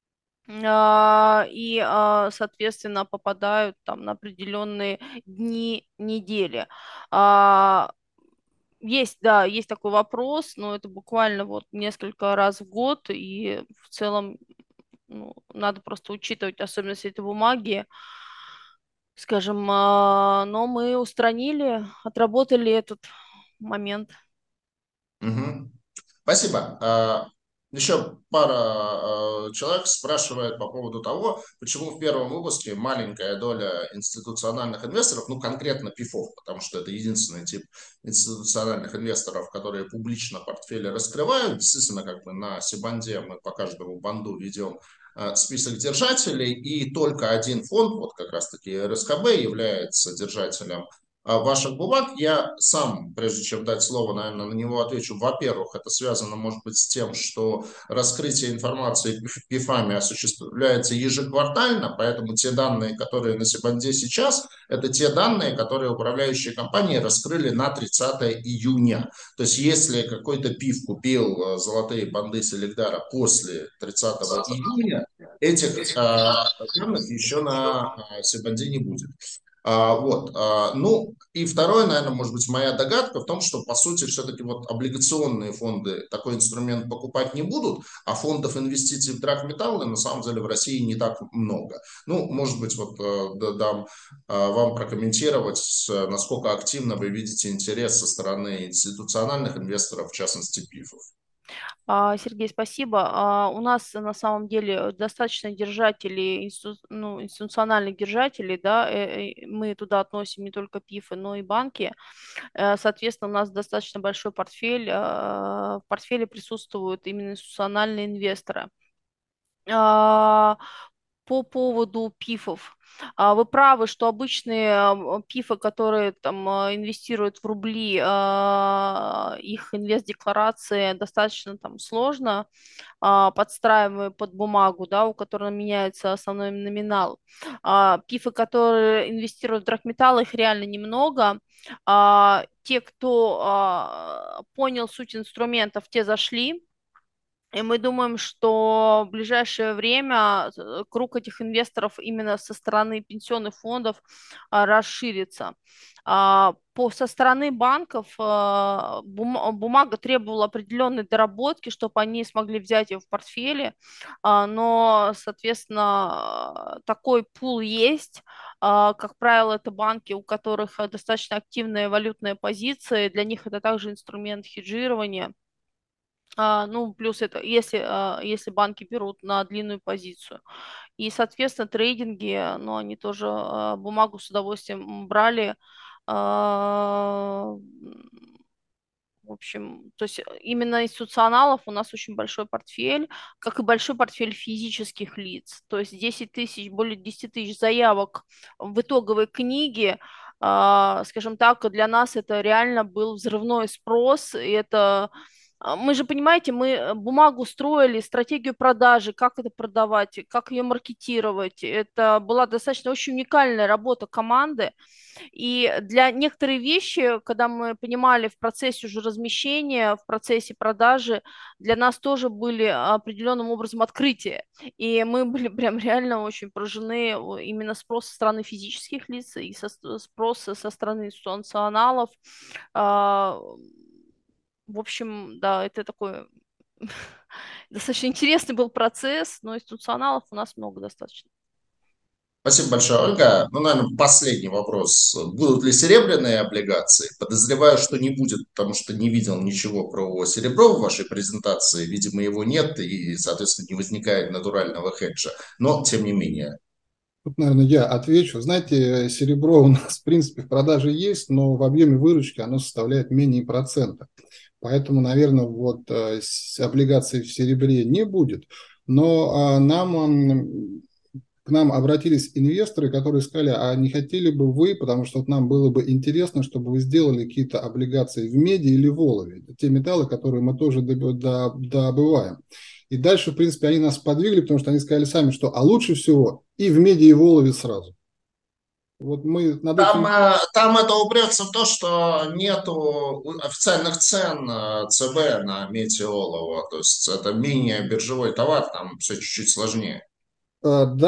соответственно, попадают там на определенные дни недели. А, Есть, да, есть такой вопрос, но это буквально вот несколько раз в год, и в целом ну, надо просто учитывать особенности этой бумаги, скажем, но мы устранили, отработали этот момент. Мгм. Спасибо. Еще пара человек спрашивает по поводу того, почему в первом выпуске маленькая доля институциональных инвесторов, ну конкретно ПИФов, потому что это единственный тип институциональных инвесторов, которые публично портфели раскрывают. Естественно, как бы на Сибанде мы по каждому банду ведем список держателей, и только один фонд, вот как раз-таки РСКБ, является держателем ваших бумаг. Я сам, прежде чем дать слово, наверное, на него отвечу. Во-первых, это связано, может быть, с тем, что раскрытие информации ПИФами осуществляется ежеквартально, поэтому те данные, которые на Сибанде сейчас, это те данные, которые управляющие компании раскрыли на 30 июня. То есть, если какой-то ПИФ купил золотые банды Селигдара после 30 июня, этих данных еще на Сибанде не будет. Ну, и второе, наверное, может быть, моя догадка в том, что, по сути, все-таки вот облигационные фонды такой инструмент покупать не будут, а фондов инвестиций в драгметаллы на самом деле в России не так много. Ну, может быть, вот дам вам прокомментировать, насколько активно вы видите интерес со стороны институциональных инвесторов, в частности, ПИФов. Сергей, спасибо. У нас на самом деле достаточно держателей, ну, институциональных держателей, да, мы туда относим не только ПИФы, но и банки. Соответственно, у нас достаточно большой портфель. В портфеле присутствуют именно институциональные инвесторы. А, По поводу ПИФов. Вы правы, что обычные ПИФы, которые там инвестируют в рубли, их инвест-декларации достаточно там сложно подстраиваемые под бумагу, да, у которой меняется основной номинал. ПИФы, которые инвестируют в драгметаллы, их реально немного. Те, кто понял суть инструментов, те зашли. И мы думаем, что в ближайшее время круг этих инвесторов именно со стороны пенсионных фондов расширится. Со стороны банков бумага требовала определенной доработки, чтобы они смогли взять ее в портфеле, но, соответственно, такой пул есть. Как правило, это банки, у которых достаточно активные валютные позиции, для них это также инструмент хеджирования. Ну, плюс это, если банки берут на длинную позицию. И, соответственно, трейдинги, ну, они тоже бумагу с удовольствием брали. А, В общем, то есть именно институционалов у нас очень большой портфель, как и большой портфель физических лиц. То есть 10 тысяч, более 10 тысяч заявок в итоговой книге, скажем так, для нас это реально был взрывной спрос, и это мы же, понимаете, мы бумагу строили, стратегию продажи, как это продавать, как ее маркетировать. Это была достаточно очень уникальная работа команды. И для некоторых вещи, когда мы понимали в процессе уже размещения, в процессе продажи, для нас тоже были определенным образом открытия. И мы были прям реально очень поражены именно спрос со стороны физических лиц и спрос со стороны институционалов. А, В общем, да, это такой достаточно интересный был процесс, но институционалов у нас много достаточно. Спасибо большое, Ольга. Ну, наверное, последний вопрос. Будут ли серебряные облигации? Подозреваю, что не будет, потому что не видел ничего про серебро в вашей презентации. Видимо, его нет и, соответственно, не возникает натурального хеджа. Но, тем не менее. Тут, наверное, я отвечу. Знаете, серебро у нас, в принципе, в продаже есть, но в объеме выручки оно составляет менее процента. Поэтому, наверное, вот облигаций в серебре не будет. Но к нам обратились инвесторы, которые сказали, а не хотели бы вы, потому что вот нам было бы интересно, чтобы вы сделали какие-то облигации в меди или в олове. Это те металлы, которые мы тоже добываем. И дальше, в принципе, они нас подвигли, потому что они сказали сами, что а лучше всего и в меди, и в олове сразу. Вот мы над этим... Там это упрется в то, что нету официальных цен ЦБ на медь и олово. То есть это менее биржевой товар, там все чуть-чуть сложнее. Да,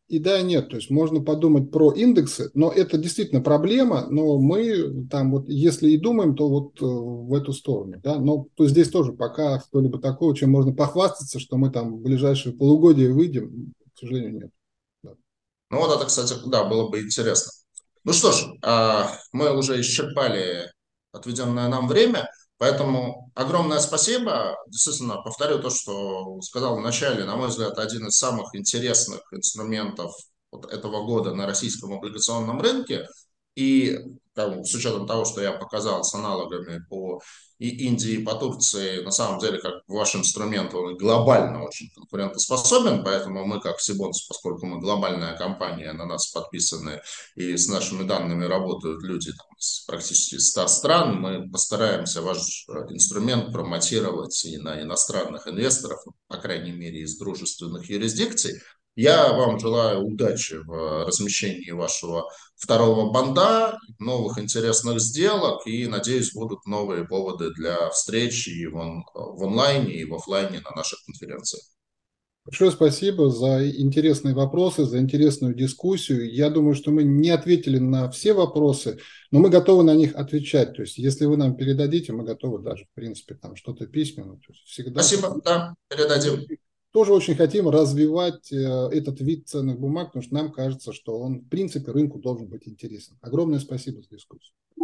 И да, и нет. То есть можно подумать про индексы, но это действительно проблема, но мы там вот, если и думаем, то вот в эту сторону, да, но то здесь тоже пока что-либо такого, чем можно похвастаться, что мы там в ближайшие полугодие выйдем, к сожалению, нет. Да. Ну вот это, кстати, да, было бы интересно. Ну что ж, мы уже исчерпали отведенное нам время, поэтому огромное спасибо. Действительно, повторю то, что сказал в начале, на мой взгляд, один из самых интересных инструментов вот этого года на российском облигационном рынке. И с учетом того, что я показал с аналогами по и Индии, и по Турции, на самом деле, как ваш инструмент, он глобально очень конкурентоспособен, поэтому мы, как Сибонс, поскольку мы глобальная компания, на нас подписаны и с нашими данными работают люди там, из практически 100 стран, мы постараемся ваш инструмент промотировать и на иностранных инвесторов, по крайней мере, из дружественных юрисдикций. Я вам желаю удачи в размещении вашего второго банда, новых интересных сделок, и, надеюсь, будут новые поводы для встреч и в онлайне, и в офлайне на наших конференциях. Большое спасибо за интересные вопросы, за интересную дискуссию. Я думаю, что мы не ответили на все вопросы, но мы готовы на них отвечать. То есть, если вы нам передадите, мы готовы даже, в принципе, там что-то письменно. То есть всегда. Спасибо, да, передадим. Тоже очень хотим развивать этот вид ценных бумаг, потому что нам кажется, что он, в принципе, рынку должен быть интересен. Огромное спасибо за дискуссию.